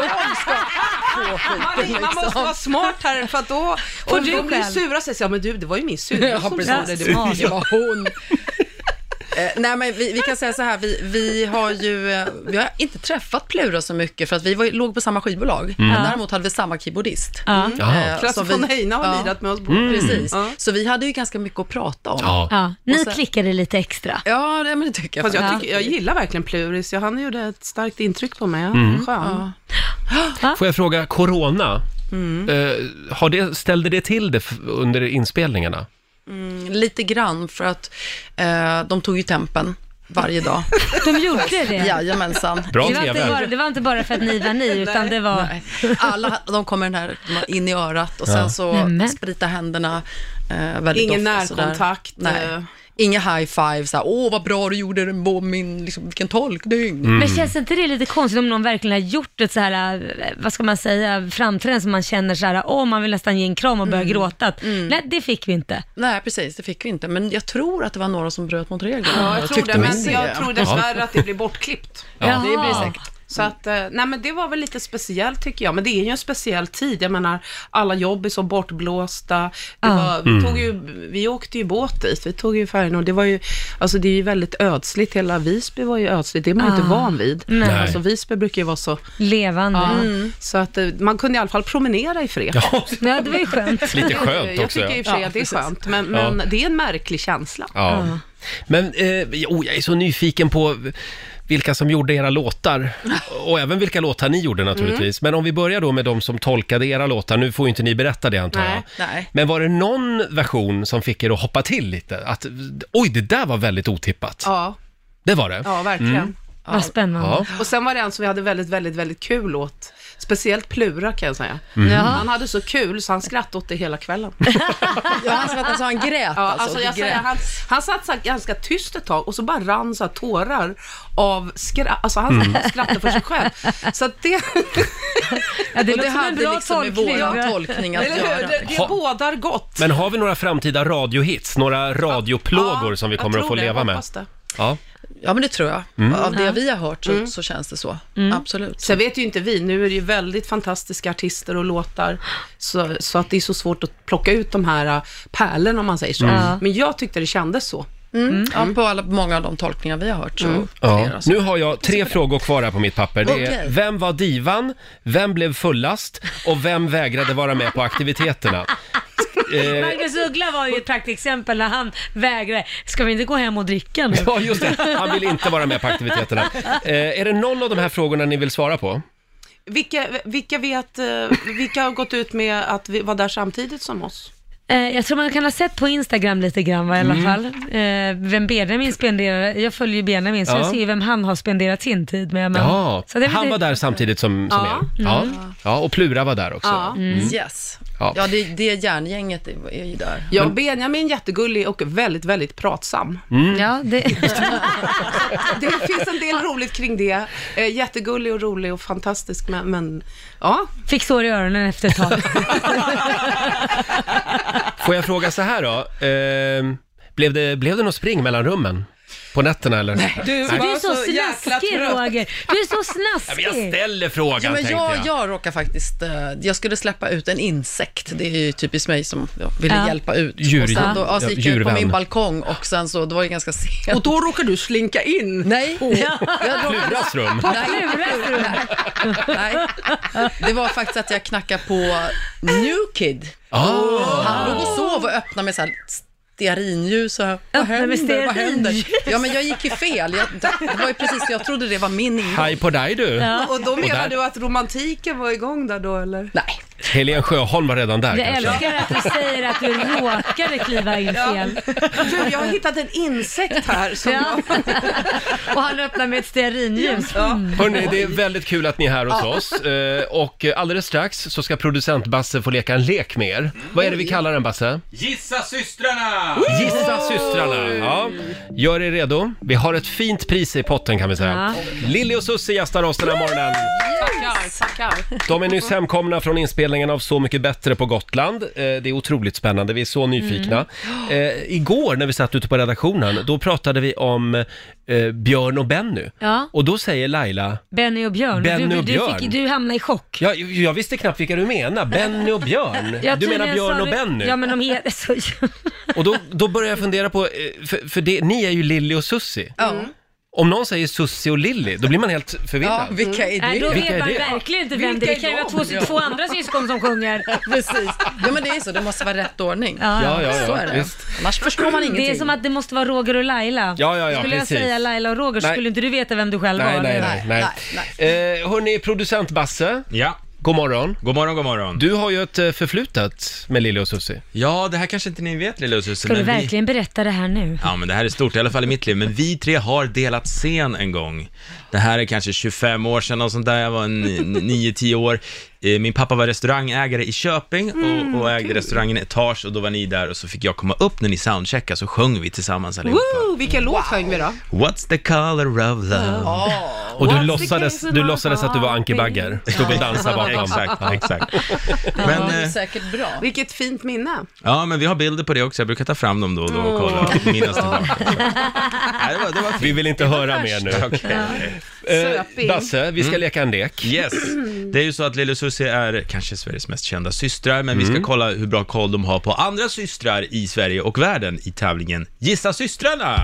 Man måste vara smart här för att då och du blir sura sig. Ja men du, det var ju min sura som sa det. Det var hon. Nej men vi kan säga så här, vi har inte träffat Plura så mycket för att vi låg på samma skivbolag, men däremot hade vi samma keyboardist. Klasse von Heina har lirat med oss på. Precis, så vi hade ju ganska mycket att prata om. Ni klickade lite extra. Ja, men det tycker jag. Fast jag gillar verkligen Pluris, han gjorde ett starkt intryck på mig. Skön. Får jag fråga, corona, ställde det till det under inspelningarna? Lite grann för att de tog ju tempen varje dag. De gjorde det? Jajamensan. Det var inte bara för att ni var ni utan det var... Nej. Alla, de kommer in i örat och sen så sprita händerna väldigt ingen ofta. Närkontakt. inga high five, så här, åh vad bra du gjorde den på min, liksom, vilken tolkning. Men känns inte det lite konstigt om någon verkligen har gjort ett så här, vad ska man säga, framträdande som man känner så här, man vill nästan ge en kram och börja gråta. Nej, det fick vi inte. Nej, precis, det fick vi inte. Men jag tror att det var några som bröt mot reglerna. Ja, jag tror det, men jag tror dessvärre att det blir bortklippt. Ja, det blir säkert. Så att, nej men det var väl lite speciellt tycker jag, men det är ju en speciell tid, jag menar alla jobb är så bortblåsta, vi åkte ju båt dit, vi tog ju färgen och det var ju, alltså det är ju väldigt ödsligt, hela Visby var ju ödsligt, det är man inte van vid. Alltså Visby brukar ju vara så levande. Så att man kunde i alla fall promenera i fred. Ja, det var ju skönt. Lite skönt också. Jag tycker i och för sig att det är skönt, men det är en märklig känsla. Ja. Men jag är så nyfiken på vilka som gjorde era låtar och även vilka låtar ni gjorde naturligtvis. Men om vi börjar då med de som tolkade era låtar. Nu får ju inte ni berätta det antar jag. Nej. Men var det någon version som fick er att hoppa till lite? Att, det där var väldigt otippat. Ja. Det var det? Ja, verkligen. Vad spännande. Ja. Och sen var det en som vi hade väldigt, väldigt, väldigt kul åt. Speciellt Plura kan jag säga. Han hade så kul så han skrattade åt det hela kvällen. Ja, han skrattade så han grät. Alltså jag säger, han satt så ganska tyst ett tag och så bara rann så tårar av skratt. Alltså han skrattade för sig själv. Så att det... det låter som en bra liksom tolkning att göra. Det bådar gott. Men har vi några framtida radiohits? Några radioplågor som vi kommer att få leva med? Ja. Ja, men det tror jag. Av det vi har hört så känns det så. Absolut. Så vet ju inte vi. Nu är det ju väldigt fantastiska artister och låtar. Så att det är så svårt att plocka ut de här pärlen om man säger så. Men jag tyckte det kändes så. Ja, på många av de tolkningar vi har hört. Så nu har jag 3 frågor kvar här på mitt papper. Det är, vem var divan? Vem blev fullast? Och vem vägrade vara med på aktiviteterna? Marcus Uggla var ju ett praktexempel när han vägrade. Ska vi inte gå hem och dricka nu? Ja, just det. Han vill inte vara med på aktiviteterna. Är det någon av de här frågorna ni vill svara på? Vilka har gått ut med att vi var där samtidigt som oss? Jag tror man kan ha sett på Instagram lite grann i alla fall. Vem Benjamin spenderar, jag följer ju Benjamin så jag ser vem han har spenderat sin tid med. Men, så han var där samtidigt som er? Ja, och Plura var där också. Yes. Ja, det järngänget är ju där. Ja, Benjamin jättegullig och väldigt, väldigt pratsam. Ja, det finns en del roligt kring det. Jättegullig och rolig och fantastisk, men ja. Fick sår i öronen efter ett tag. Får jag fråga så här då? Blev det något spring mellan rummen? På nätterna eller? Nej. Du är så snaskig, Roger. Du är så snaskig. Ja, men jag ställer frågan, men jag råkar faktiskt... jag skulle släppa ut en insekt. Det är ju typispt mig som ville hjälpa ut. Och sen då, så gick jag på min balkong och sen så, då var det ganska sent. Och då råkar du slinka in. Nej. Pluras rum. Nej. Det var faktiskt att jag knackade på New Kid. Han låg och sov och öppnade med så här... stearinljus och vad händer? Ja, men jag gick ju fel. Det var ju precis så jag trodde det var min ingång. Hej på dig du. Ja. Och då menar du att romantiken var igång där då, eller? Nej. Helene Sjöholm var redan där. Jag älskar att du säger att du råkade kliva in fel. Jag har hittat en insekt här. Och han öppnar med ett stearinljus. Hörrni, det är väldigt kul att ni är här hos oss. Och alldeles strax så ska producent Basse få leka en lek med er. Vad är det vi kallar den, Basse? Gissa systrarna! Gissa systrarna, ja. Gör er redo. Vi har ett fint pris i potten kan vi säga. Lilly och Susie gästar oss den här morgonen. Tackar. De är nyss hemkomna från inspelningen av Så mycket bättre på Gotland. Det är otroligt spännande, vi är så nyfikna. Igår när vi satt ute på redaktionen, då pratade vi om Björn och Benny. Ja. Och då säger Laila... Benny och Björn. Du hamnar i chock. Ja, jag visste knappt vilka du menar. Benny och Björn. Du menar Björn och Benny. Ja, men de heter så... Och då börjar jag fundera på... För ni är ju Lilly och Susie. Ja. Om någon säger Susie och Lilly, då blir man helt förvirrad. Ja, vilka är det? Då vet man verkligen inte vem det är. Det kan ju vara två andra syskon som sjunger. Precis. Ja, men det är så. Det måste vara rätt ordning. Ja, så är det. Visst. Annars förstår man ingenting. Det är som att det måste vara Roger och Laila. Ja, skulle precis. jag säga Laila och Roger så skulle inte du veta vem du själv var. Nej. Hörrni, producent Basse. Ja. God morgon. God morgon, god morgon. Du har ju ett förflutet med Lille och Susie. Ja, det här kanske inte ni vet, Lille och Susie. Ska du verkligen berätta det här nu? Ja, men det här är stort, i alla fall i mitt liv. Men vi tre har delat scen en gång. Det här är kanske 25 år sedan och sånt där. Jag var 9-10 år. Min pappa var restaurangägare i Köping och ägde restaurangen Etage, och då var ni där och så fick jag komma upp när ni soundcheckade, så sjöng vi tillsammans allihopa. Vilken låt sjöng vi då? What's the color of love? Och du låtsades att du var Anki Bagger. Stod och dansade bakom. Exakt. Men det är säkert bra. Vilket fint minne. Ja, men vi har bilder på det också. Jag brukar ta fram dem då och då och kolla och minnas tillbaka. Det var vi vill inte höra mer nu. Basse, vi ska leka en lek. Yes. Det är ju så att Lille och Susie är kanske Sveriges mest kända systrar, men vi ska kolla hur bra koll de har på andra systrar i Sverige och världen i tävlingen Gissa systrarna!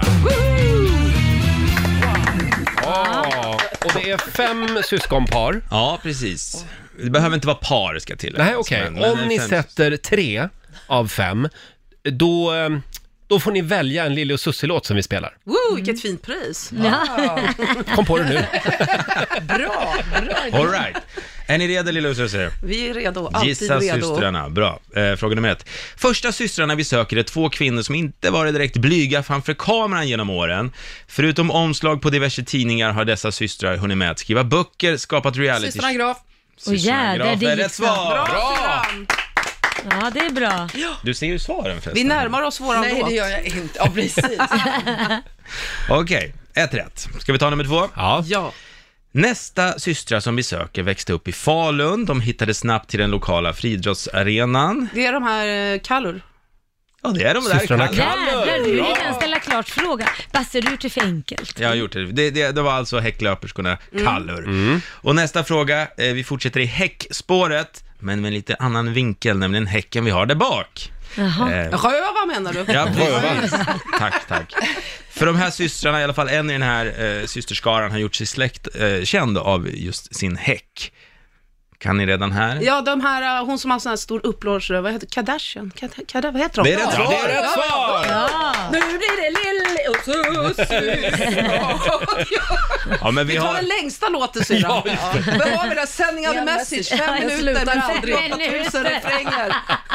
Och det är 5 syskonpar. Ja, precis. Det behöver inte vara par, ska till. Nej, okej. Om ni sätter 3 av 5, då får ni välja en Lille och Susie-låt som vi spelar. Vilket fint pris. Kom på det nu. Bra. All right. Är ni redo, Lille och Susie? Vi är redo, alltid Gissa redo. systrarna, bra. Fråga nummer 1. Första systrarna vi söker är 2 kvinnor som inte varit direkt blyga framför kameran genom åren. Förutom omslag på diverse tidningar har dessa systrar hunnit med att skriva böcker, skapat reality. Systrarna Graf. Systrarna Graf är rätt svar. Bra. Ja, det är bra. Du ser ju svaren förresten. Vi närmar oss våran låt. Nej, det gör jag inte. Ja, precis. Okej, 1 rätt. Ska vi ta nummer 2? Ja. Nästa systrar som vi söker växte upp i Falun. De hittade snabbt till den lokala friidrottsarenan. Det är de här Kallur. Ja, det är de där. Systrarna Jävlar, du vill inte ens ställa klart fråga. Basse, du är ute för enkelt. Jag har gjort det. Det var alltså häcklöperskorna Kallur. Och nästa fråga, vi fortsätter i häckspåret, men med lite annan vinkel, nämligen häcken vi har där bak. Röva menar du? Ja, precis. Tack. För de här systrarna, i alla fall en i den här systerskaran, har gjort sig släkt känd av just sin häck. Kan ni redan här? Ja, de här, hon som har sån här stor upplåsare, vad heter Kardashian? Vad heter de? Det är rätt svar! Det är rätt svar! Nu blir det Lille och Susie. Ja, men Vi tar den längsta låten, syrran. Vad har vi där? Sending of the message. 5 minuter med 8 000 refränger.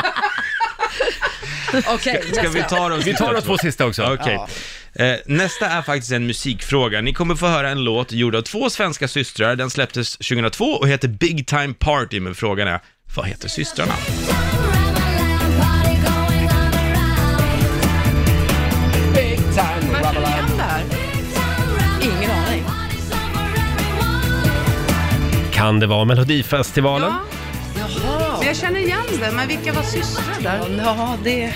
Okej, ska vi ta dem? Vi tar de 2 sista också. Okej. Nästa är faktiskt en musikfråga. Ni kommer få höra en låt gjord av 2 svenska systrar. Den släpptes 2002 och heter Big Time Party. Men frågan är, vad heter systrarna? Big time. Vad händer? ingen aning. Kan det vara Melodifestivalen? Ja. Men jag känner igen det, men vilka var systrar där? Ja, det...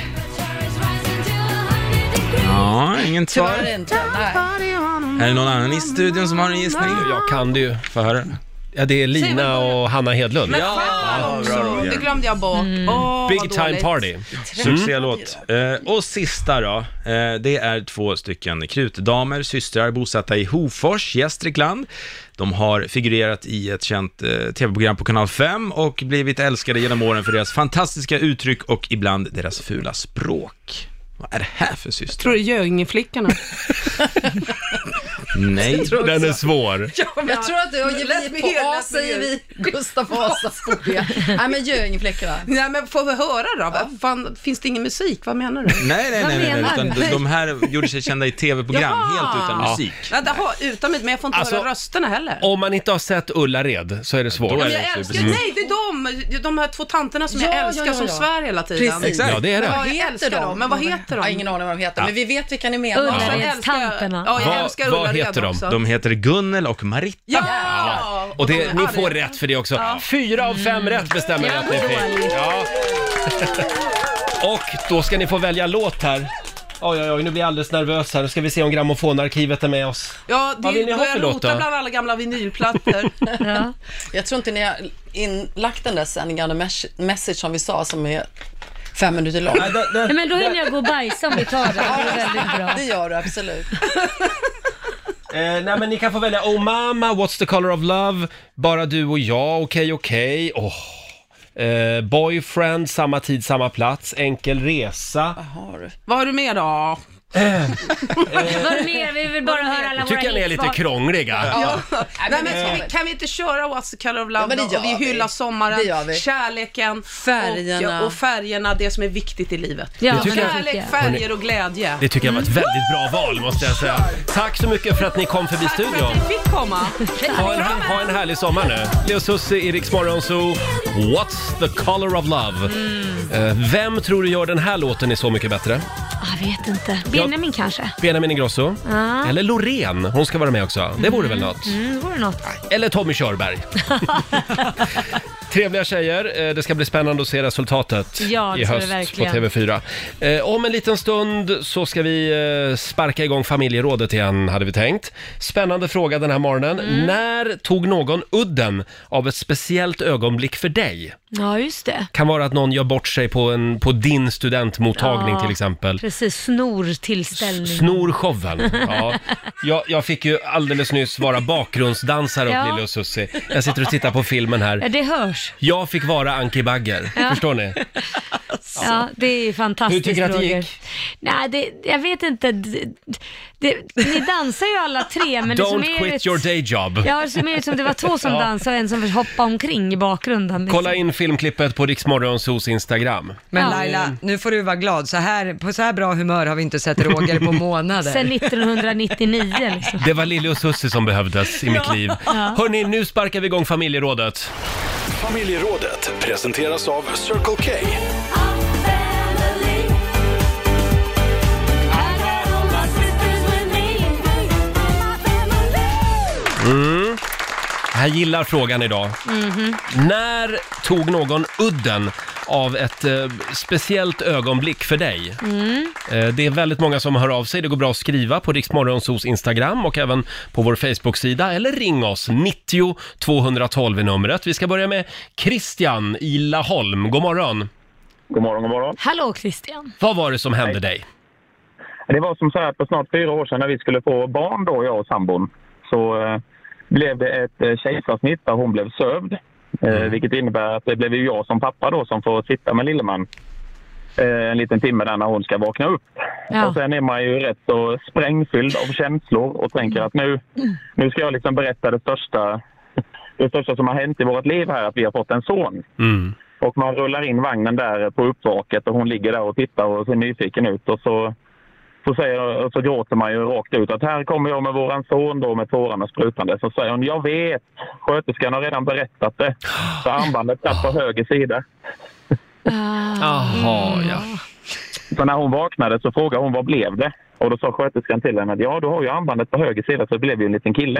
Ja, ingen svar. Tyvärr inte. Nej. Är det någon annan i studion som har en gissning? Jag kan det ju. Få höra. Ja, det är Lina och Hanna Hedlund. Men fan också, det glömde jag bort. Big Time Party. Succélåt. Och sista då, det är 2 stycken krutdamer, systrar bosatta i Hofors, Gästrikland. De har figurerat i ett känt tv-program på Kanal 5 och blivit älskade genom åren för deras fantastiska uttryck och ibland deras fula språk. Vad är det här för systrar? Tror du Göingeflickorna? Nej, den är svår. Jag tror att du har gett på A, säger vi. Gustav Vasa spoiga. Nej, men Göingeflickorna. Nej, men får vi höra då? Fan, finns det ingen musik? Vad menar du? Nej. Utan de här gjorde sig kända i tv-program helt utan musik. Ja, utan men jag får inte höra rösterna heller. Om man inte har sett Ullared så är det svårt. Men jag älskar, nej, det är de här 2 tanterna som jag älskar som svär hela tiden. Precis. Ja, det är det. Ja, jag älskar dem, men vad heter de? Jag har ingen aning vad de heter, men vi vet vilka ni menar. Ullaredstanterna. Ja, jag älskar Vad Ullared heter de? också. De heter Gunnel och Maritta. Ja! Och ni får rätt för det också. 4 av 5 rätt bestämmer jag att ni fick. Ja. Och då ska ni få välja låt här. Oj, nu blir jag alldeles nervös här. Nu ska vi se om grammofonarkivet är med oss. Ja, vad vill ni ha för låt då? Bland alla gamla vinylplattor. Jag tror inte ni har inlagt den där sändningen message som vi sa, som är 5 minuter lång. Nej, men då hinner jag gå och bajsa om vi tar det. Det är väldigt bra. Det gör du absolut. Nej, men ni kan få välja Oh Mama, What's the color of love, Bara du och jag, Okej. Boyfriend, Samma tid, samma plats, Enkel resa. Vad har du med då? Vad mer? Vi vill bara höra alla våra tycker ni är lite krångliga. Nej, men kan vi inte köra What's the color of love då? Och vi hyllar sommaren, kärleken och färgerna, det som är viktigt i livet. Ja, kärlek, färger och glädje. Det tycker jag var ett väldigt bra val, måste jag säga. Tack så mycket för att ni kom förbi studion. Tack för att ni fick komma. Ha en härlig sommar nu. Leo Sussi i Rix Morgon Zoo. What's the color of love? Vem tror du gör den här låten är så mycket bättre? Jag vet inte. Benjamin kanske? Benjamin Ingrosso. Eller Loreen. Hon ska vara med också. Det vore väl något? Det vore något. Eller Tommy Körberg. Trevliga tjejer. Det ska bli spännande att se resultatet i höst på TV4. Om en liten stund så ska vi sparka igång familjerådet igen, hade vi tänkt. Spännande fråga den här morgonen. När tog någon udden av ett speciellt ögonblick för dig? Ja, just det. Kan vara att någon gör bort sig på din studentmottagning till exempel. Precis, snortillställning. Snorshowen, ja. Jag fick ju alldeles nyss vara bakgrundsdansare åt Lille och Sussi. Jag sitter och tittar på filmen här. Ja, det hörs. Jag fick vara Anki Bagger, förstår ni? Ja, det är fantastiskt. Hur tycker du att det gick? Nej, jag vet inte. Ni dansar ju alla tre. Men Don't quit your day job. Ja, det ser ut som det var två som dansade och en som fick hoppa omkring i bakgrunden. Liksom. Kolla in filmklippet på Rix Morgon Zoos Instagram. Men Laila, nu får du vara glad. På så här bra humör har vi inte sett Roger på månader. Sen 1999 liksom. Det var Lille och Sussi som behövdes i mitt liv. Hörrni, nu sparkar vi igång familjerådet. Familjerådet presenteras av Circle K. Jag gillar frågan idag. När tog någon udden av ett speciellt ögonblick för dig? Det är väldigt många som hör av sig. Det går bra att skriva på Rix Morgonzoos Instagram och även på vår Facebook-sida. Eller ring oss, 90 212 i numret. Vi ska börja med Christian i Laholm. God morgon. God morgon, god morgon. Hallå Christian. Vad var det som hände dig? Det var som så här, för snart 4 år sedan när vi skulle få barn då, jag och sambon, så blev det ett kejsarsnitt där hon blev sövd. Vilket innebär att det blev ju jag som pappa då som får sitta med lilleman en liten timme där när hon ska vakna upp. Ja. Och sen är man ju rätt så sprängfylld av känslor och tänker att nu ska jag liksom berätta det största som har hänt i vårt liv här, att vi har fått en son. Och man rullar in vagnen där på uppvaket och hon ligger där och tittar och ser nyfiken ut och så gråter man ju rakt ut att här kommer jag med våran son då med tårarna sprutande. Så säger hon, jag vet, sköterskan har redan berättat det. Så armbandet satt på höger sida. Jaha, ja. Så när hon vaknade så frågade hon, vad blev det? Och då sa sköterskan till henne att ja, du har ju armbandet på höger sida så det blev ju en liten kille.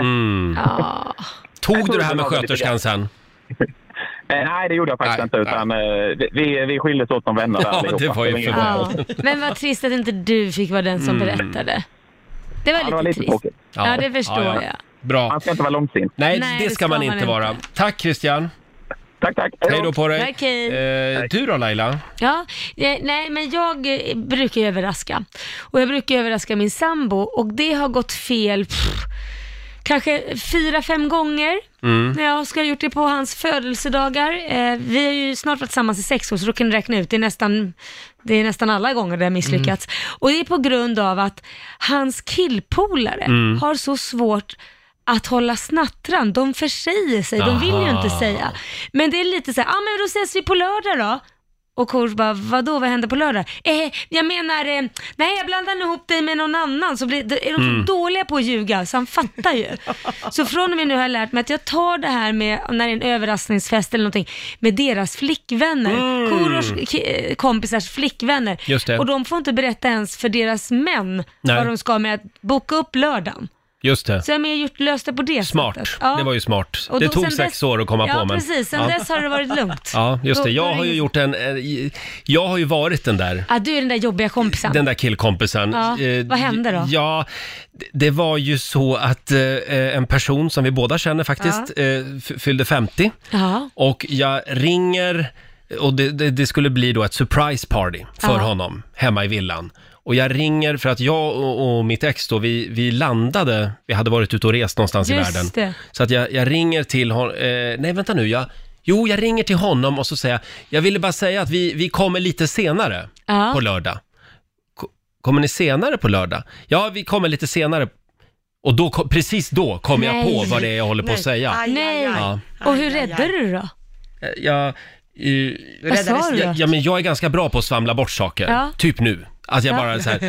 Tog du det här med sköterskan sen? Nej, det gjorde jag faktiskt inte, utan vi skildes åt som vänner. Ja, det var ju Men vad trist att inte du fick vara den som berättade. Det var lite trist. Tråkigt. Ja, det förstår jag. Bra. Man ska inte vara långsint. Nej, det ska man inte vara. Tack Christian. Tack. Hej då på dig. Tack, hej. Du då Laila? Ja, nej men jag brukar överraska. Och jag brukar överraska min sambo och det har gått fel kanske 4-5 gånger när jag ska ha gjort det på hans födelsedagar. Vi har ju snart varit tillsammans i 6 år så då kan du räkna ut. Det är nästan alla gånger det har misslyckats. Och det är på grund av att hans killpolare har så svårt att hålla snattran. De försäger sig, de vill ju inte säga. Men det är lite så här, men då ses vi på lördag då. Och Kors bara, vad händer på lördag? Jag menar, nej jag blandar ihop dig med någon annan så är de så dåliga på att ljuga så han fattar ju. Så från och med nu har jag lärt mig att jag tar det här med när det är en överraskningsfest eller någonting med deras flickvänner. Kors kompisars flickvänner. Just det. Och de får inte berätta ens för deras män vad de ska med att boka upp lördagen. Just det. Så jag har löst det på det smart. sättet. Ja. Det var ju smart. Och det tog 6 år att komma på. Ja, precis. Sen dess har det varit lugnt. Ja, just det. Jag har ju gjort jag har ju varit den där. Ja, du är den där jobbiga kompisen. Den där killkompisen. Ja. Vad hände då? Ja, det var ju så att en person som vi båda känner faktiskt fyllde 50. Ja. Och jag ringer och det skulle bli då ett surprise party för honom hemma i villan. Och jag ringer för att jag och mitt ex då, vi landade, vi hade varit ute och rest någonstans i världen. Det. Så att jag ringer till honom, nej vänta nu, jag ringer till honom och så säger jag ville bara säga att vi kommer lite senare på lördag. kommer ni senare på lördag? Ja, vi kommer lite senare. Och då, precis då kom jag på vad det är jag håller på att säga. Nej. Ja. Och hur räddade du då? Vad sa du då? Ja, men jag är ganska bra på att svamla bort saker. Ja. Typ nu. Alltså jag bara så här,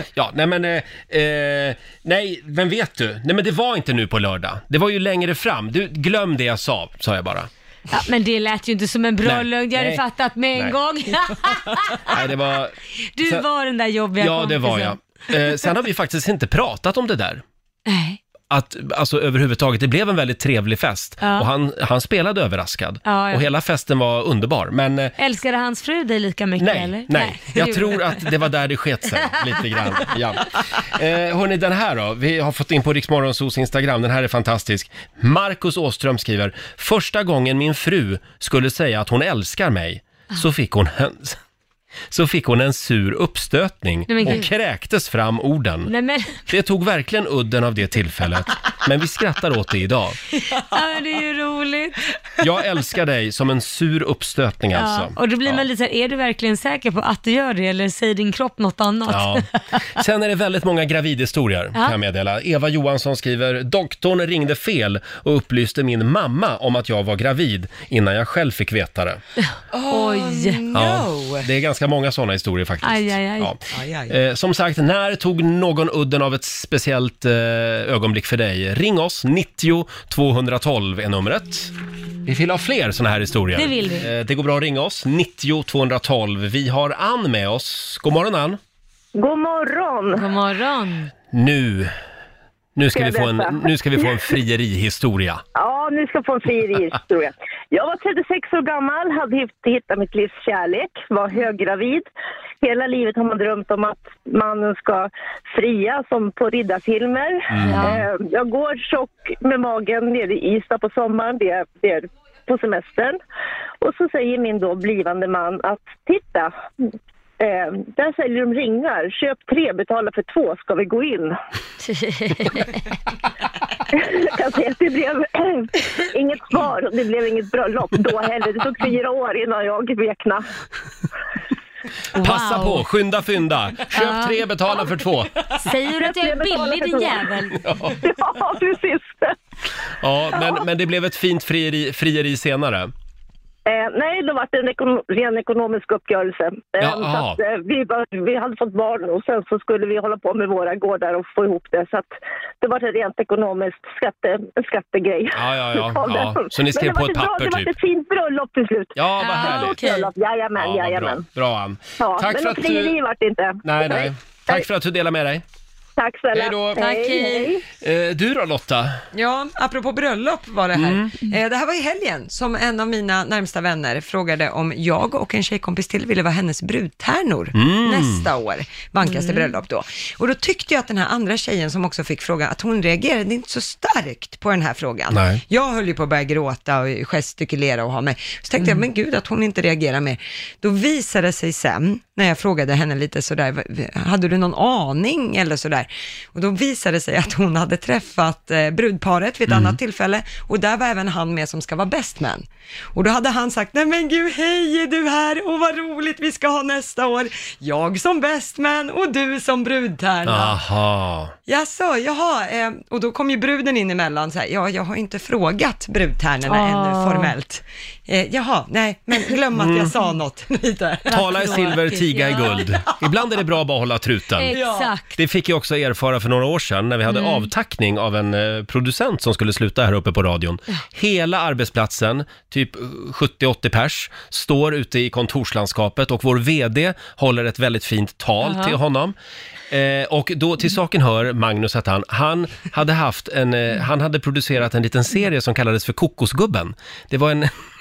nej, men vet du? Nej, men det var inte nu på lördag. Det var ju längre fram. Du, glöm det jag sa jag bara. Ja, men det lät ju inte som en bra lögn. Jag hade fattat med en gång. Nej, det var... Du var den där jobbiga kompisen. Ja, det var jag. Sen har vi faktiskt inte pratat om det där. Nej. Alltså överhuvudtaget, det blev en väldigt trevlig fest. Ja. Och han spelade överraskad. Ja. Och hela festen var underbar. Men, älskade hans fru dig lika mycket? Nej, eller? Nej. Jag tror att det var där det sket sig lite grann. Ja. Hörrni, den här då. Vi har fått in på Rix Morgonzos Instagram. Den här är fantastisk. Marcus Åström skriver: första gången min fru skulle säga att hon älskar mig så fick hon en sur uppstötning och kräktes fram orden. Det tog verkligen udden av det tillfället, men vi skrattar åt det idag. Ja, det är ju roligt. Jag älskar dig som en sur uppstötning alltså. Och då blir man lite så här, är du verkligen säker på att du gör det, eller säger din kropp något annat? Ja. Sen är det väldigt många gravidhistorier, kan jag meddela. Eva Johansson skriver: doktorn ringde fel och upplyste min mamma om att jag var gravid innan jag själv fick veta det. Oj. Ja, det är ganska många sådana historier faktiskt. Ja. Som sagt, när tog någon udden av ett speciellt ögonblick för dig? Ring oss, 90 212 är numret. Vi vill ha fler sådana här historier. Det vill vi. Det går bra att ringa oss, 90 212. Vi har Ann med oss. God morgon, Ann. God morgon. God morgon. Nu ska vi få en frierihistoria. Ja, nu ska vi få en frierihistoria. Jag var 36 år gammal, hade hittat mitt livs kärlek, var höggravid. Hela livet har man drömt om att mannen ska fria som på riddarfilmer. Jag går tjock med magen nere i Ystad på sommaren, det är på semestern. Och så säger min då blivande man att titta, där säljer de ringar. Köp 3, betala för 2, ska vi gå in? Jag kan säga att det blev inget svar. Det blev inget bröllop då heller. Det tog 4 år innan jag vekna. Passa på, skynda fynda. Köp 3, betala för 2. Säger du att jag är billig, din jävel? Ja, precis. Ja, men det blev ett fint frieri senare. Nej, det var en ren ekonomisk uppgörelse. Så att, vi hade fått barn och sen så skulle vi hålla på med våra gårdar och få ihop det. Så att det var en rent ekonomiskt skattegrej. Ja. Så ni skrev på ett papper typ? Det var ett fint bröllop till slut. Ja, vad härligt. Okay. Jajamän. Bra, Ann. Ja, tack för att du... vart det inte. Nej. Tack för att du delar med dig. Tack snälla. Hej då. Tack, hej. Du då, Lotta? Ja, apropå bröllop var det här. Det här var i helgen som en av mina närmsta vänner frågade om jag och en tjejkompis till ville vara hennes brudtärnor nästa år. Vankaste bröllop då. Och då tyckte jag att den här andra tjejen som också fick fråga, att hon reagerade inte så starkt på den här frågan. Nej. Jag höll ju på att börja gråta och gestikulera och ha mig. Så tänkte jag, men gud att hon inte reagerar mer. Då visade det sig sen, när jag frågade henne lite sådär, hade du någon aning eller sådär? Och då visade det sig att hon hade träffat brudparet vid ett annat tillfälle, och där var även han med som ska vara best man. Och då hade han sagt, nej men gud, hej är du här, och vad roligt vi ska ha nästa år. Jag som best man och du som brudtärna. Aha. Jaha, och då kom ju bruden in emellan så här, jag har inte frågat brudtärnorna ännu formellt. Nej, men glöm att jag sa något lite. Tala i silver, tiga i guld. Ibland är det bra att bara hålla truten. Exakt. Det fick jag också erfara för några år sedan när vi hade avtackning av en producent som skulle sluta här uppe på radion. Hela arbetsplatsen, typ 70-80 pers, står ute i kontorslandskapet och vår vd håller ett väldigt fint tal till honom. Och då till saken hör Magnus att han hade producerat en liten serie som kallades för Kokosgubben. Det var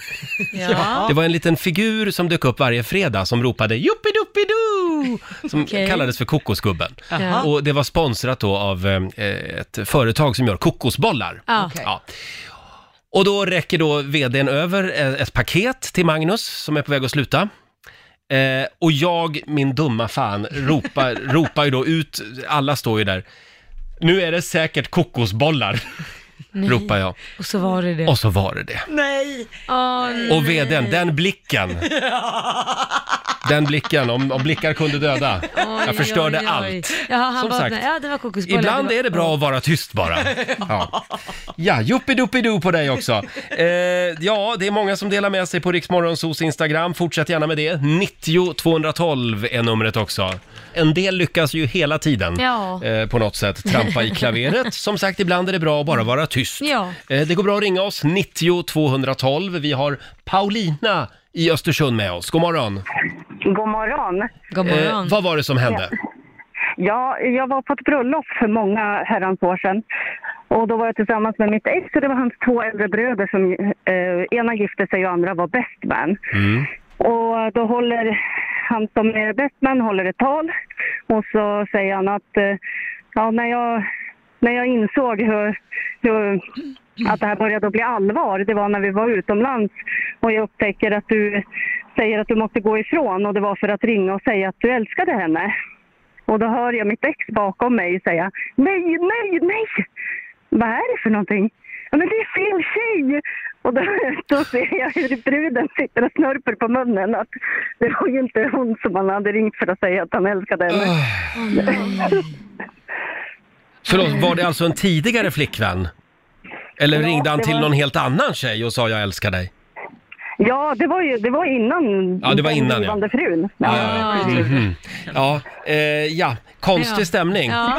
en liten figur som dök upp varje fredag som ropade Juppiduppidu, som kallades för Kokosgubben. Och det var sponsrat då av ett företag som gör kokosbollar. Ja. Och då räcker då vdn över ett paket till Magnus som är på väg att sluta. Och jag, min dumma fan, ropar ju då ut, alla står ju där. Nu är det säkert kokosbollar, ropar jag. Och så var det det. Och så var det det. Nej. Och vdn, den blicken. Den blicken, om blickar kunde döda. Jag förstörde allt. Som sagt, det var kokosbollar. Ibland är det bra att vara tyst bara. Ja, juppiduppidoo på dig också. Ja, det är många som delar med sig på Rix Morgonzos Instagram. Fortsätt gärna med det. 90 212 är numret också. En del lyckas ju hela tiden på något sätt trampa i klaveret. Som sagt, ibland är det bra att bara vara tyst. Det går bra att ringa oss, 90 212. Vi har Paulina i Östersund med oss. God morgon. God morgon. God morgon. Vad var det som hände? Ja, jag var på ett bröllop för många herrans år sedan. Och då var jag tillsammans med mitt ex och det var hans 2 äldre bröder som ena gifte sig och andra var best man. Och då håller han som är best man håller ett tal och så säger han att när jag insåg hur att det här började bli allvar, det var när vi var utomlands och jag upptäcker att du säger att du måste gå ifrån och det var för att ringa och säga att du älskade henne. Och då hör jag mitt ex bakom mig säga nej. Vad är det för någonting? Ja, men det är fel tjej. Och då ser jag hur bruden sitter och snurper på munnen att det var ju inte hon som han hade ringt för att säga att han älskade henne. Förlåt, var det alltså en tidigare flickvän? Eller ringde han till någon helt annan tjej och sa jag älskar dig? Ja, det var innan. Ja, det var innan, ja. Frun. Ja, konstig stämning. Ja.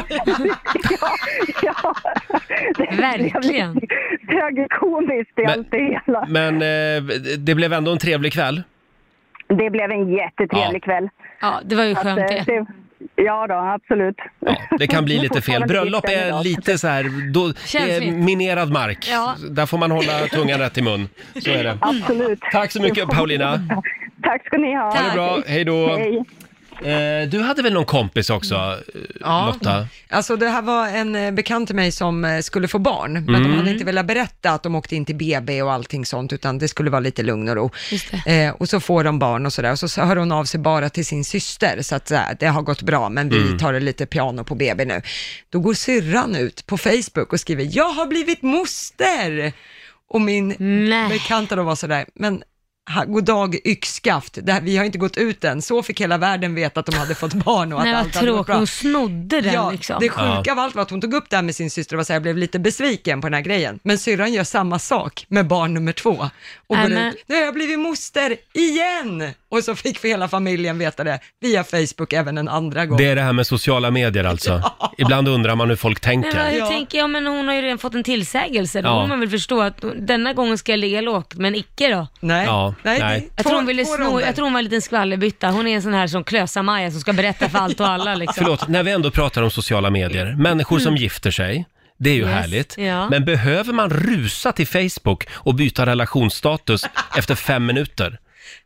Verkligen. Tragikomiskt i allt det hela. Men det blev ändå en trevlig kväll? Det blev en jättetrevlig kväll. Ja, det var ju skönt det. Ja då, absolut. Ja, det kan bli lite fel. Bröllop är lite så här, det är minerad mark. Ja. Där får man hålla tungan rätt i mun. Så är det. Absolut. Tack så mycket, Paulina. Tack ska ni ha. Ha det bra, hej då. Hej. Du hade väl någon kompis också, Lotta? Alltså det här var en bekant till mig som skulle få barn, men de hade inte velat berätta att de åkte in till BB och allting sånt, utan det skulle vara lite lugn och ro. Och så får de barn och sådär, och så hör hon av sig bara till sin syster, så att det har gått bra, men vi tar det lite piano på BB nu. Då går syrran ut på Facebook och skriver, jag har blivit moster! Och min bekanta då var sådär, men god dag yxskaft, vi har inte gått ut än. Så fick hela världen veta att de hade fått barn och att allt hade gått bra. Hon snodde den liksom. Det sjuka av allt var att hon tog upp det här med sin syster och var så här, jag blev lite besviken på den här grejen. Men syrran gör samma sak med barn nummer 2 och går ut, nu har jag blivit moster igen! Och så fick vi hela familjen veta det via Facebook även en andra gång. Det är det här med sociala medier alltså. Ibland undrar man hur folk tänker. Men hur tänker jag? Men hon har ju redan fått en tillsägelse. Då får man väl förstå att denna gången ska jag ligga lågt, men icke då. Nej. Jag tror hon ville jag tror hon var en liten skvallerbytta. Hon är en sån här som klösar Maja som ska berätta för allt och alla liksom. Förlåt, när vi ändå pratar om sociala medier. Människor som gifter sig, det är ju härligt. Ja. Men behöver man rusa till Facebook och byta relationsstatus efter 5 minuter?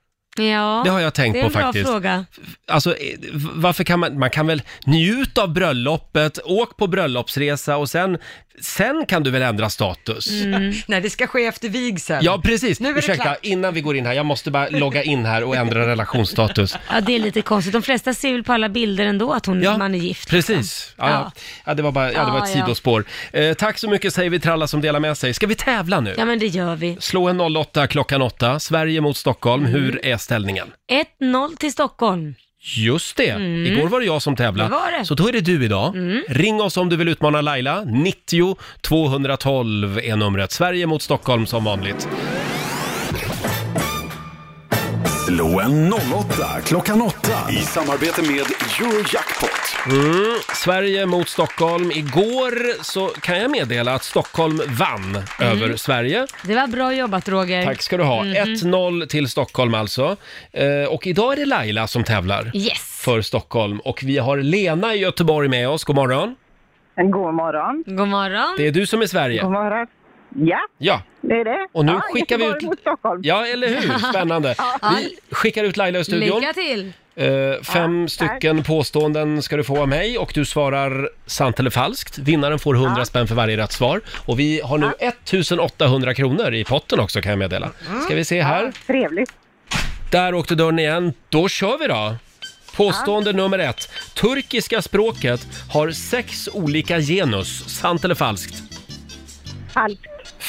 Ja, det har jag tänkt på faktiskt. Det är en bra fråga. Alltså, varför kan man kan väl njuta av bröllopet, åk på bröllopsresa och sen kan du väl ändra status. Nej, det ska ske efter vigseln. Ja, precis. Nu är det Ursäkta, klart. Innan vi går in här, jag måste bara logga in här och ändra relationsstatus. Ja, det är lite konstigt. De flesta ser väl på alla bilder ändå att man är gift. Precis. Ja, det var ett sidospår. Tack så mycket säger vi till alla som delar med sig. Ska vi tävla nu? Ja, men det gör vi. Slå en 08 klockan 8. Sverige mot Stockholm. Hur är ställningen? 1-0 till Stockholm. Just det. Igår var det jag som tävlade. Det var det. Så då är det du idag. Ring oss om du vill utmana Laila. 90 212 är numret. Sverige mot Stockholm som vanligt. Slå en 08 klockan 8 i samarbete med Eurojackpot. Sverige mot Stockholm. Igår så kan jag meddela att Stockholm vann över Sverige. Det var bra jobbat, Roger. Tack ska du ha. 1-0 till Stockholm alltså. Och idag är det Laila som tävlar för Stockholm. Och vi har Lena i Göteborg med oss. God morgon. God morgon. God morgon. Det är du som är Sverige. God morgon. Ja, det är det. Och nu skickar vi ut... mot Stockholm. Ja, eller hur? Spännande. Vi skickar ut Laila i studion. Lycka till. 5 stycken påståenden ska du få av mig och du svarar sant eller falskt. Vinnaren får 100 spänn för varje rätt svar. Och vi har nu 1800 kronor i potten också, kan jag meddela. Ska vi se här. Trevligt. Där åkte dörren igen. Då kör vi då. Påstående nummer 1. Turkiska språket har 6 olika genus. Sant eller falskt? Falskt.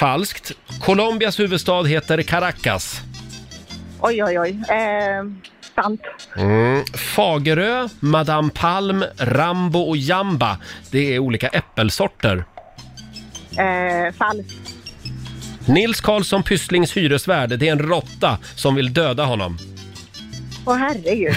Falskt. Colombias huvudstad heter Caracas. Oj. Sant. Fagerö, Madame Palm, Rambo och Jamba. Det är olika äppelsorter. Falskt. Nils Karlsson Pysslings hyresvärd. Det är en råtta som vill döda honom. Åh herregud.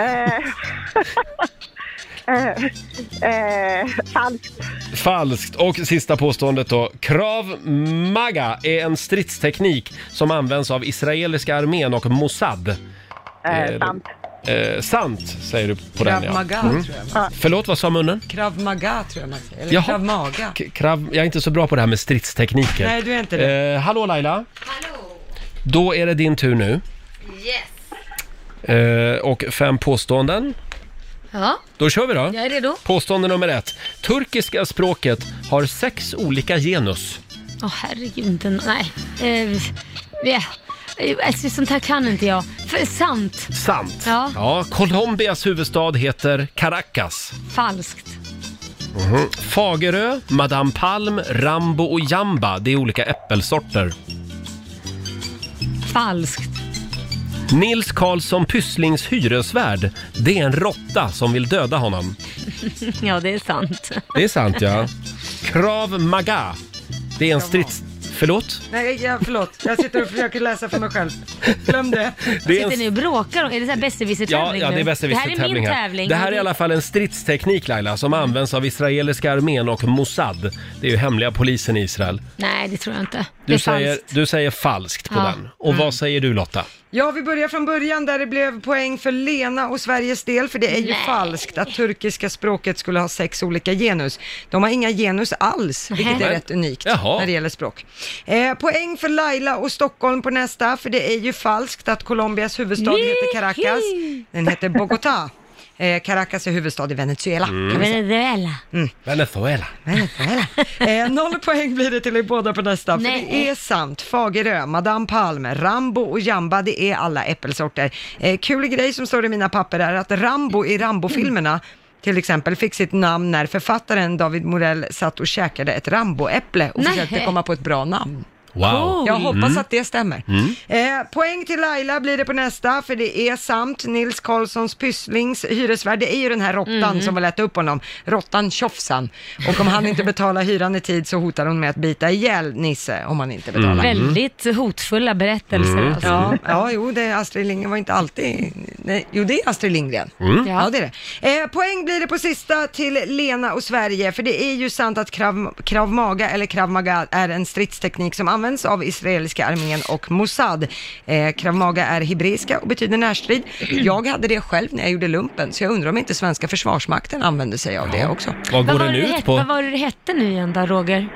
Falskt. Falskt. Och sista påståendet då. Krav Maga är en stridsteknik som används av israeliska armén och Mossad. Sant. Sant, säger du på Krav den. Maga, tror jag. Förlåt, vad sa munnen? Krav Maga, tror jag man säger. Eller Krav Maga. Jag är inte så bra på det här med stridstekniker. Nej, du är inte det. Hallå Laila. Hallå. Då är det din tur nu. Yes. Och 5 påståenden. Ja. Då kör vi då. Jag är redo. Påstående nummer 1. Turkiska språket har 6 olika genus. Herregud, nej. Alltså, sånt här kan inte jag. Sant. Sant. Ja. Colombias huvudstad heter Caracas. Falskt. Fagerö, Madame Palm, Rambo och Jamba. Det är olika äppelsorter. Falskt. Nils Karlsson Pysslings hyresvärd. Det är en råtta som vill döda honom. Ja, det är sant. Det är sant, ja. Krav Maga. Det är en strids... Förlåt? Nej, förlåt. Jag sitter och försöker läsa för mig själv. Glöm det. Sitter ni och bråkar? Är det så här besserwisser-tävling? Ja, det är besserwisser-tävling. Det här är min tävling. Det här är i alla fall en stridsteknik, Laila, som används av israeliska armén och Mossad. Det är ju hemliga polisen i Israel. Nej, det tror jag inte. Det är falskt. Du säger falskt på den. Och vad säger du, Lotta? Ja, vi börjar från början där det blev poäng för Lena och Sveriges del, för det är ju falskt att turkiska språket skulle ha 6 olika genus. De har inga genus alls, vilket är rätt unikt när det gäller språk. Poäng för Laila och Stockholm på nästa, för det är ju falskt att Colombias huvudstad heter Caracas. Den heter Bogotá. Caracas är huvudstad i Venezuela. Venezuela. 0 poäng blir det till er båda på nästa. För det är sant. Fagerö, Madame Palm, Rambo och Jamba, det är alla äppelsorter. Kul grej som står i mina papper är att Rambo i Rambo-filmerna till exempel fick sitt namn när författaren David Morell satt och käkade ett Rambo-äpple och försökte komma på ett bra namn. Wow. Jag hoppas att det stämmer. Poäng till Laila blir det på nästa, för det är sant. Nils Karlssons Pysslings hyresvärd, det är ju den här råttan som var lätt upp honom. Råttan Tjofsan. Och om han inte betalar hyran i tid så hotar hon med att bita ihjäl Nisse om han inte betalar. Väldigt hotfulla berättelser. Alltså. Jo, det är Astrid Lindgren var inte alltid... Nej, jo, det är Astrid Lindgren. Ja, det är det. Poäng blir det på sista till Lena och Sverige, för det är ju sant att Krav Maga eller Krav Maga är en stridsteknik som används av israeliska armén och Mossad. Krav Maga är hebreiska och betyder närstrid. Jag hade det själv när jag gjorde lumpen, så jag undrar om inte svenska försvarsmakten använde sig av det också. Vad går den ut på? Vad var det hette nu igen då, Roger?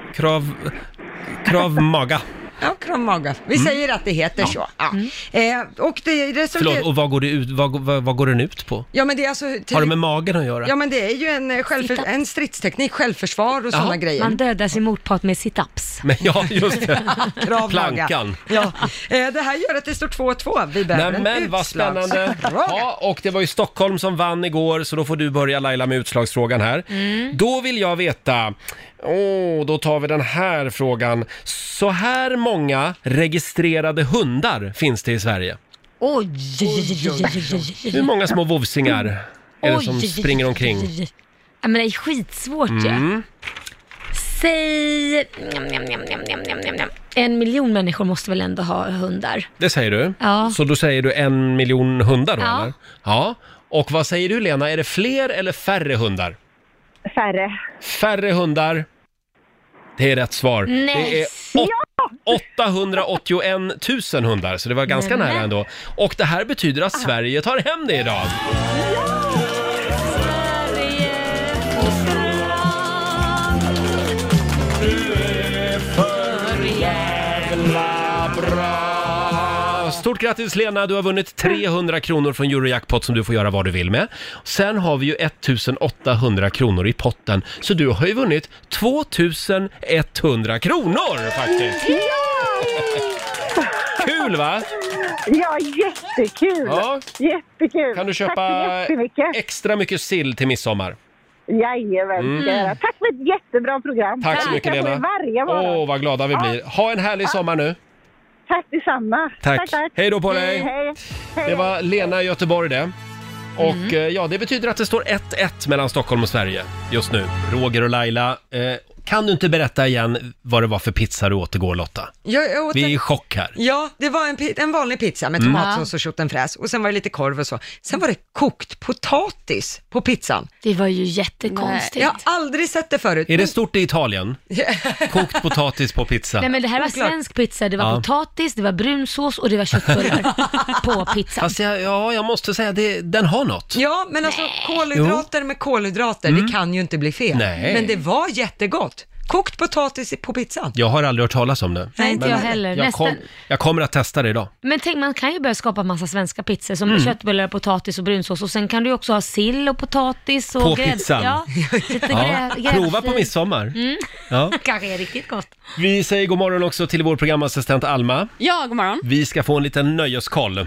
Krav Maga. Ja, Krav Maga. Vi säger att det heter så. Ja. Och det resulterar... Förlåt, och vad går den ut på? Ja, men det är alltså... Har det med magen att göra? Ja, men det är ju en stridsteknik, självförsvar och sådana grejer. Man dödar sin motpart med sit-ups. Men ja, just det. Plankan. Ja. Det här gör att det står 2-2. Vi behöver men vad spännande. Ja, och det var ju Stockholm som vann igår, så då får du börja, Laila, med utslagsfrågan här. Då vill jag veta... då tar vi den här frågan. Så här många registrerade hundar finns det i Sverige? Oj. Hur många små vovsingar är det som springer omkring? Ja, men det är skitsvårt ju. Säg 1 miljon människor måste väl ändå ha hundar. Det säger du? Ja. Så då säger du 1 miljon hundar då, Ja. eller? Ja. Och vad säger du, Lena? Är det fler eller färre hundar? Färre. Färre hundar. Det är rätt svar. Nej. Det är 881 000 hundar, så det var ganska nära ändå. Och det här betyder att Sverige tar hem det idag. Stort grattis, Lena, du har vunnit 300 kronor från Eurojackpot som du får göra vad du vill med. Sen har vi ju 1800 kronor i potten, så du har ju vunnit 2100 kronor faktiskt. Kul, va? Ja, jättekul. Ja. Jättekul. Kan du köpa Tack så jättemycket. extra mycket sill till midsommar? Jajamän, tack för ett jättebra program. Tack så mycket, Lena. Varje morgon. Vad glada vi blir. Ha en härlig sommar nu. tack detsamma. Tack. Hej då på dig. Hej. Det var Lena i Göteborg det. Och ja, det betyder att det står 1-1 mellan Stockholm och Sverige just nu. Roger och Laila, kan du inte berätta igen vad det var för pizza du åt igår, Lotta? Vi är i chock här. Ja, det var en vanlig pizza med tomatsås och köttfärs och sen var det lite korv och så. Sen var det kokt potatis på pizzan. Det var ju jättekonstigt. Jag har aldrig sett det förut. Är det stort i Italien? Kokt potatis på pizza. Nej, men det här var svensk pizza. Det var potatis, det var brunsås och det var köttbullar på pizzan. Fast jag måste säga, den har något. Ja, men alltså kolhydrater med kolhydrater, det kan ju inte bli fel. Nej. Men det var jättegott. Kokt potatis på pizzan. Jag har aldrig hört talas om det. Nej, inte jag heller. Jag kommer att testa det idag. Men tänk, man kan ju börja skapa massa svenska pizzor som köttbullar, potatis och brunsås. Och sen kan du ju också ha sill och potatis och på pizzan. Ja, prova på midsommar. Ja. Kanske är riktigt gott. Vi säger god morgon också till vår programassistent Alma. Ja, god morgon. Vi ska få en liten nöjeskoll.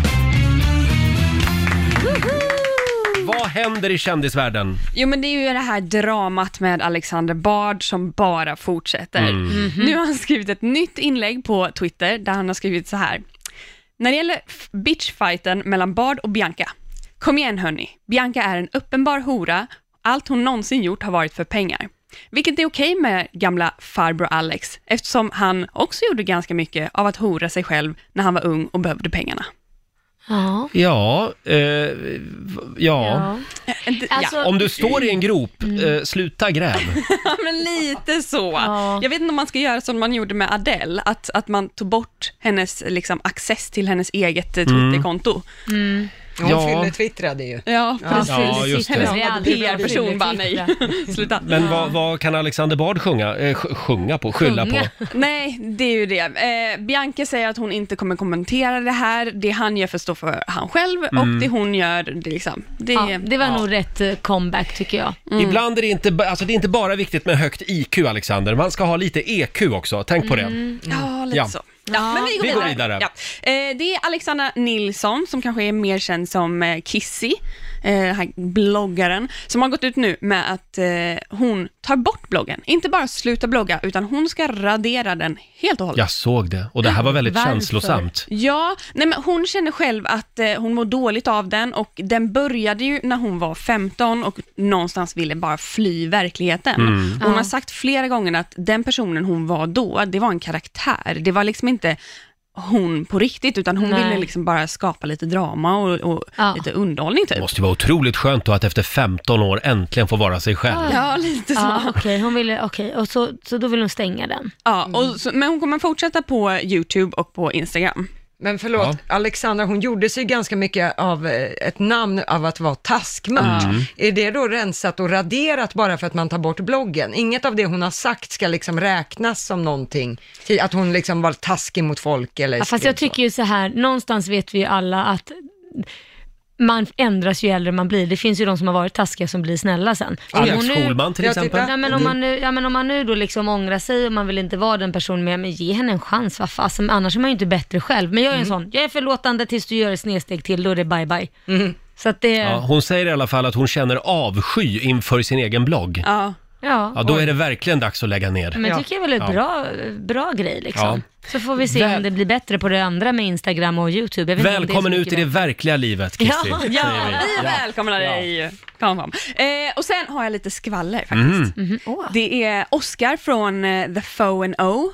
Vad händer i kändisvärlden? Jo, men det är ju det här dramat med Alexander Bard som bara fortsätter. Nu har han skrivit ett nytt inlägg på Twitter där han har skrivit så här. När det gäller bitchfighten mellan Bard och Bianca. Kom igen hörni, Bianca är en uppenbar hora. Allt hon någonsin gjort har varit för pengar. Vilket är okej med gamla farbror Alex eftersom han också gjorde ganska mycket av att hora sig själv när han var ung och behövde pengarna. Ja. Alltså, om du står i en grop, sluta gräv. Ja, men lite så. Jag vet inte om man ska göra som man gjorde med Adele, att man tog bort hennes liksom, access till hennes eget Twitterkonto. Hon twittrade ju. Ja, precis. Ja, just det. Hennes PR-person bara nej. Sluta. Men vad kan Alexander Bard skylla på? Nej, det är ju det. Bianca säger att hon inte kommer kommentera det här. Det han gör för stå för han själv och det hon gör, det liksom. Det var nog rätt comeback tycker jag. Ibland är det inte, alltså det är inte bara viktigt med högt IQ, Alexander. Man ska ha lite EQ också. Tänk på det. Ja, lite så. Ja, men vi går vidare. Ja. Det är Alexandra Nilsson som kanske är mer känd som Kissy, bloggaren, som har gått ut nu med att hon tar bort bloggen. Inte bara sluta blogga, utan hon ska radera den helt och hållet. Jag såg det, och det här var väldigt känslosamt. Ja, nej, men hon känner själv att hon mår dåligt av den, och den började ju när hon var 15 och någonstans ville bara fly verkligheten. Hon har sagt flera gånger att den personen hon var då, det var en karaktär. Det var liksom inte hon på riktigt, utan hon ville liksom bara skapa lite drama och lite underhållning typ. Det måste ju vara otroligt skönt då att efter 15 år äntligen få vara sig själv. Ja, lite så. Och så då vill hon stänga den. Ja, men hon kommer fortsätta på YouTube och på Instagram. Men förlåt, Alexandra, hon gjorde sig ganska mycket av ett namn av att vara taskmört. Är det då rensat och raderat bara för att man tar bort bloggen? Inget av det hon har sagt ska liksom räknas som någonting, att hon liksom var taskig mot folk eller fast jag tycker ju så här, någonstans vet vi ju alla att man ändras ju äldre man blir. Det finns ju de som har varit taskiga som blir snälla sen. Alex Schulman till exempel. Ja, men om man nu då liksom ångrar sig och man vill inte vara den personen med, men ge henne en chans, vad fasen, annars är man ju inte bättre själv. Men jag är en sån, jag är förlåtande tills du gör ett snedsteg till, då är det bye bye. Så att det... hon säger i alla fall att hon känner avsky inför sin egen blogg. Ja, då är det verkligen dags att lägga ner. Men tycker jag är väl ett bra grej liksom. Ja. Så får vi se om det blir bättre på det andra med Instagram och YouTube. Välkommen ut i det verkliga livet, Kissy. Vi välkomnar dig. Kom. Och sen har jag lite skvaller faktiskt. Det är Oscar från The F.O.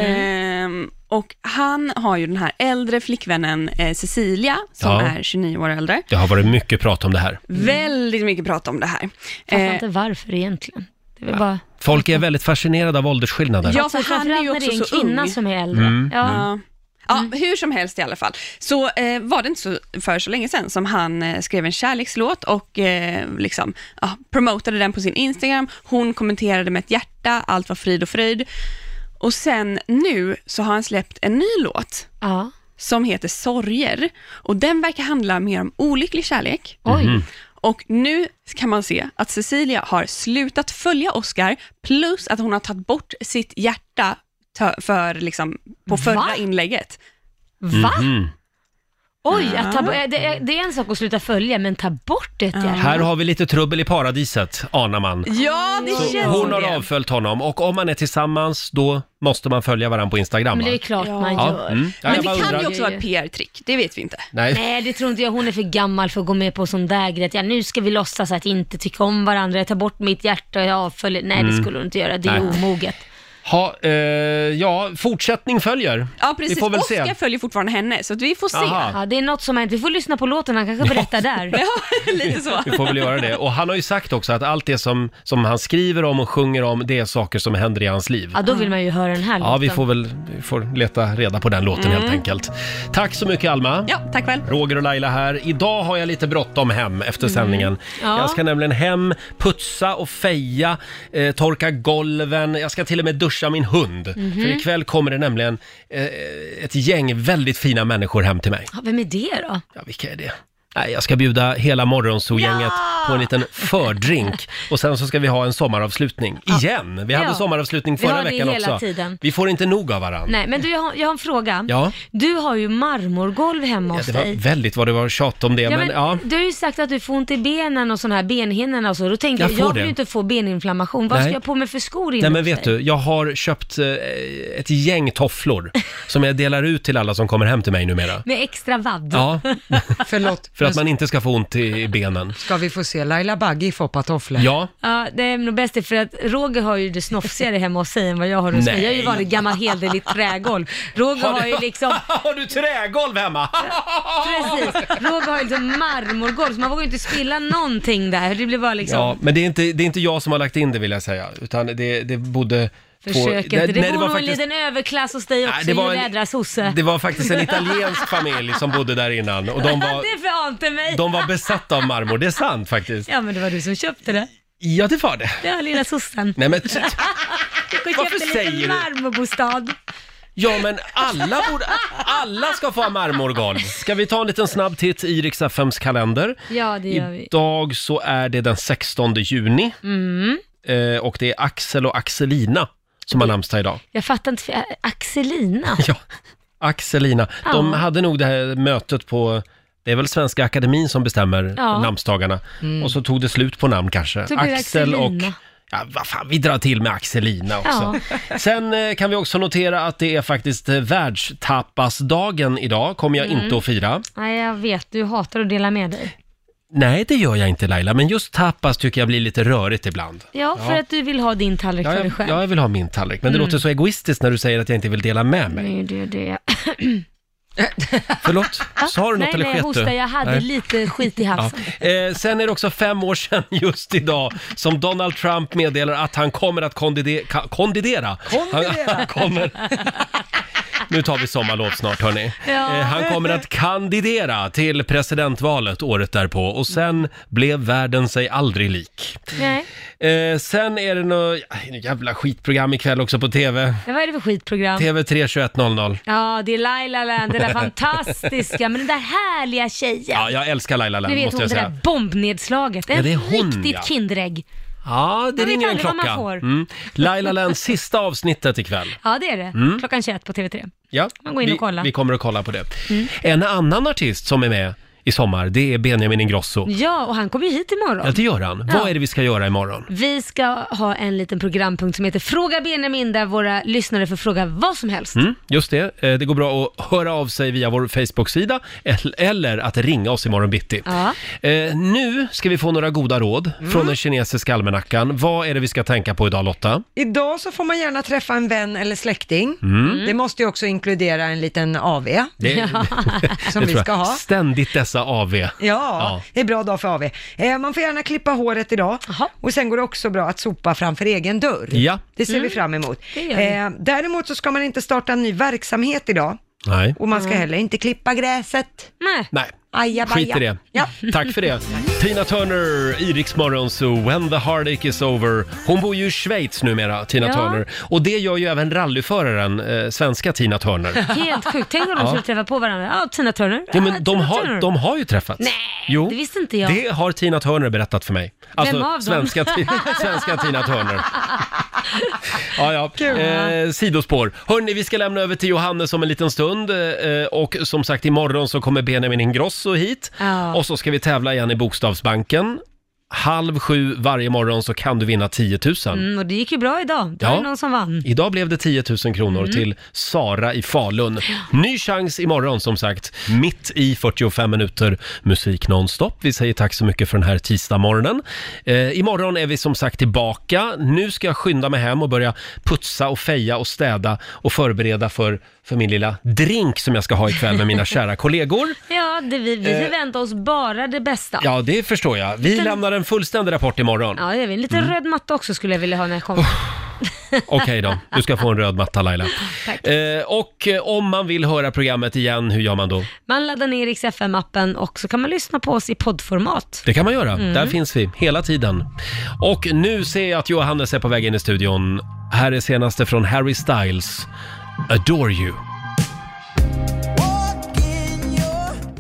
Och han har ju den här äldre flickvännen Cecilia som är 29 år äldre. Det har varit mycket prat om det här. Väldigt mycket prat om det här. Jag fattar inte varför egentligen. Det är bara... Folk är väldigt fascinerade av åldersskillnader. Ja, för han är ju också så ung. Kvinna som är äldre. Ja, hur som helst i alla fall. Så var det inte så länge sedan som han skrev en kärlekslåt och promotade den på sin Instagram. Hon kommenterade med ett hjärta, allt var frid och fröjd. Och sen nu så har han släppt en ny låt som heter Sorger. Och den verkar handla mer om olycklig kärlek. Och nu kan man se att Cecilia har slutat följa Oscar, plus att hon har tagit bort sitt hjärta för, liksom, på förra inlägget. Va? Oj, det är en sak att sluta följa, men ta bort ett hjärta. Här har vi lite trubbel i paradiset, anar man. Ja, det så känns hon har det. avföljt honom, och om man är tillsammans, då måste man följa varandra på Instagram. Men det är klart man gör. Mm. Ja, Men det kan ju också vara ett PR-trick, det vet vi inte. Nej, det tror inte jag. Hon är för gammal för att gå med på sån där grej. Ja, nu ska vi låtsas att inte tycka om varandra. Jag tar bort mitt hjärta och jag avföljer. Nej, det skulle hon inte göra. Det är omoget. Ja, fortsättning följer. Ja, precis. Vi får väl Oscar se. följer fortfarande henne, så att vi får se. Ja, det är något som hänt. Vi får lyssna på låten, han kanske berättar där. Ja, lite så. Vi får väl göra det. Och han har ju sagt också att allt det som han skriver om och sjunger om, det är saker som händer i hans liv. Ja, då vill man ju höra den här låten. Ja, vi får leta reda på den låten helt enkelt. Tack så mycket, Alma. Ja, tack väl. Roger och Laila här. Idag har jag lite bråttom hem efter sändningen. Ja. Jag ska nämligen hem, putsa och feja, torka golven. Jag ska till och med duscha min hund. För ikväll kommer det nämligen ett gäng väldigt fina människor hem till mig. Ja, vem är det då? Ja, vilka är det? Nej, jag ska bjuda hela Morgonzoo-gänget på en liten fördrink. Och sen så ska vi ha en sommaravslutning. Igen! Vi hade sommaravslutning förra veckan också. Tiden. Vi får inte nog av varandra. Nej, men du, jag har en fråga. Ja. Du har ju marmorgolv hemma hos Det var dig. väldigt vad det var tjat om det. Ja, men, Du har ju sagt att du får ont i benen och sån här benhinnorna och så. Då tänkte jag vill ju inte få beninflammation. Vad ska jag på med för skor in? Nej, men vet du, jag har köpt ett gäng tofflor som jag delar ut till alla som kommer hem till mig numera. Med extra vadd. Ja. Förlåt. För att man inte ska få ont i benen. Ska vi få se Laila Bagge i foppatofflor? Ja. Ja, det är nog bäst för att Roger har ju det snofsigare hemma hos sig än vad jag har hos mig. Jag har ju varit gammal hederligt trägolv. Roger har ju liksom... Har du trägolv hemma? Precis. Roger har ju liksom marmorgolv, så man vågar ju inte spilla någonting där. Det blir bara liksom... Ja, men det är inte jag som har lagt in det, vill jag säga. Utan det borde... Försök inte. Det var nog en liten överklass hos dig också, i vädras husse. Det var faktiskt en italiensk familj som bodde där innan. Och de var, det förante mig. De var besatta av marmor, det är sant faktiskt. Ja, men det var du som köpte det. Ja, det var det. Det var lilla sossen. Nej, men... Varför säger du? Marmorbostad. Ja, men alla ska få ha marmorgolv. Ska vi ta en liten snabb titt i Rix FMs kalender? Ja, det gör vi. Idag så är det den 16 juni. Och det är Axel och Axelina som har namnsdag idag. Jag fattar inte, Axelina? Ja, Axelina. De hade nog det här mötet på... Det är väl Svenska Akademin som bestämmer namnsdagarna. Och så tog det slut på namn kanske. Axel och... Ja, vad fan, vi drar till med Axelina också. Ja. Sen kan vi också notera att det är faktiskt världstapasdagen idag. Kommer jag inte att fira. Nej, jag vet. Du hatar att dela med dig. Nej, det gör jag inte, Laila. Men just tapas tycker jag blir lite rörigt ibland. Ja, för att du vill ha din tallrik för dig själv. Ja, jag vill ha min tallrik. Men det låter så egoistiskt när du säger att jag inte vill dela med mig. Nej, det är det. Förlåt, sa du något eller sket du? Nej, jag hade lite skit i halsen. Ja. Sen är det också 5 år sedan just idag som Donald Trump meddelar att han kommer att kandidera. Han kommer... Nu tar vi sommarlov snart, hörni. Ja. Han kommer att kandidera till presidentvalet året därpå och sen blev världen sig aldrig lik. Nej. Sen är det något jävla skitprogram ikväll också på TV. Ja, vad är det för skitprogram? TV3 21.00. Ja, det är Laila Land, det där fantastiska, men den där härliga tjejen. Ja, jag älskar Laila Land, måste jag säga. Det där bombnedslaget, det är riktigt kinderägg. Ja, det ringer en klocka. Laila Lands sista avsnittet ikväll. Ja, det är det. Klockan 21 på TV3. Ja, man går in och kollar. Vi kommer att kolla på det. En annan artist som är med i sommar, det är Benjamin Ingrosso. Ja, och han kommer ju hit imorgon. Ja, det gör han. Vad är det vi ska göra imorgon? Vi ska ha en liten programpunkt som heter Fråga Benjamin, där våra lyssnare får fråga vad som helst. Just det. Det går bra att höra av sig via vår Facebook-sida eller att ringa oss imorgon bitti. Ja. Nu ska vi få några goda råd från den kinesiska almanackan. Vad är det vi ska tänka på idag, Lotta? Idag så får man gärna träffa en vän eller släkting. Det måste ju också inkludera en liten AV som vi ska ha. Ständigt dessa AV. Ja, det är bra dag för AV. Man får gärna klippa håret idag. Och sen går det också bra att sopa framför egen dörr. Ja. Det ser vi fram emot. Däremot så ska man inte starta en ny verksamhet idag. Nej. Och man ska heller inte klippa gräset. Nej. Ajabaja. Skit i det. Ja. Tack för det. Tina Turner, i Rix Morgonzoo, When the Heartache is over. Hon bor ju i Schweiz numera, Tina Turner. Och det gör ju även rallyföraren, svenska Tina Turner. Helt sjukt. Tänk om de skulle träffa på varandra. Ja, Tina Turner. Ja, men de har ju träffats. Nej, det visste inte jag. Det har Tina Turner berättat för mig. Alltså, vem av dem? svenska Tina Turner. Sidospår. Hörrni, vi ska lämna över till Johannes om en liten stund. Och som sagt, imorgon så kommer Benjamin Ingrosso hit. Och så ska vi tävla igen i Bokstavsbanken. 6:30 varje morgon så kan du vinna 10 000. Och det gick ju bra idag. Det var någon som vann. Idag blev det 10 000 kronor till Sara i Falun. Ny chans imorgon som sagt. Mitt i 45 minuter musik nonstop. Vi säger tack så mycket för den här tisdagsmorgonen. Imorgon är vi som sagt tillbaka. Nu ska jag skynda mig hem och börja putsa och feja och städa och förbereda för min lilla drink som jag ska ha ikväll med mina kära kollegor. Ja, vi förväntar oss bara det bästa. Ja, det förstår jag. Vi lämnar en fullständig rapport imorgon. Ja, jag vill lite röd matta också skulle jag vilja ha när jag kommer. Okej då, du ska få en röd matta, Laila. Tack. Och om man vill höra programmet igen, hur gör man då? Man laddar ner Rix FM-appen och så kan man lyssna på oss i poddformat. Det kan man göra, där finns vi hela tiden. Och nu ser jag att Johannes är på väg in i studion. Här är senaste från Harry Styles, Adore You.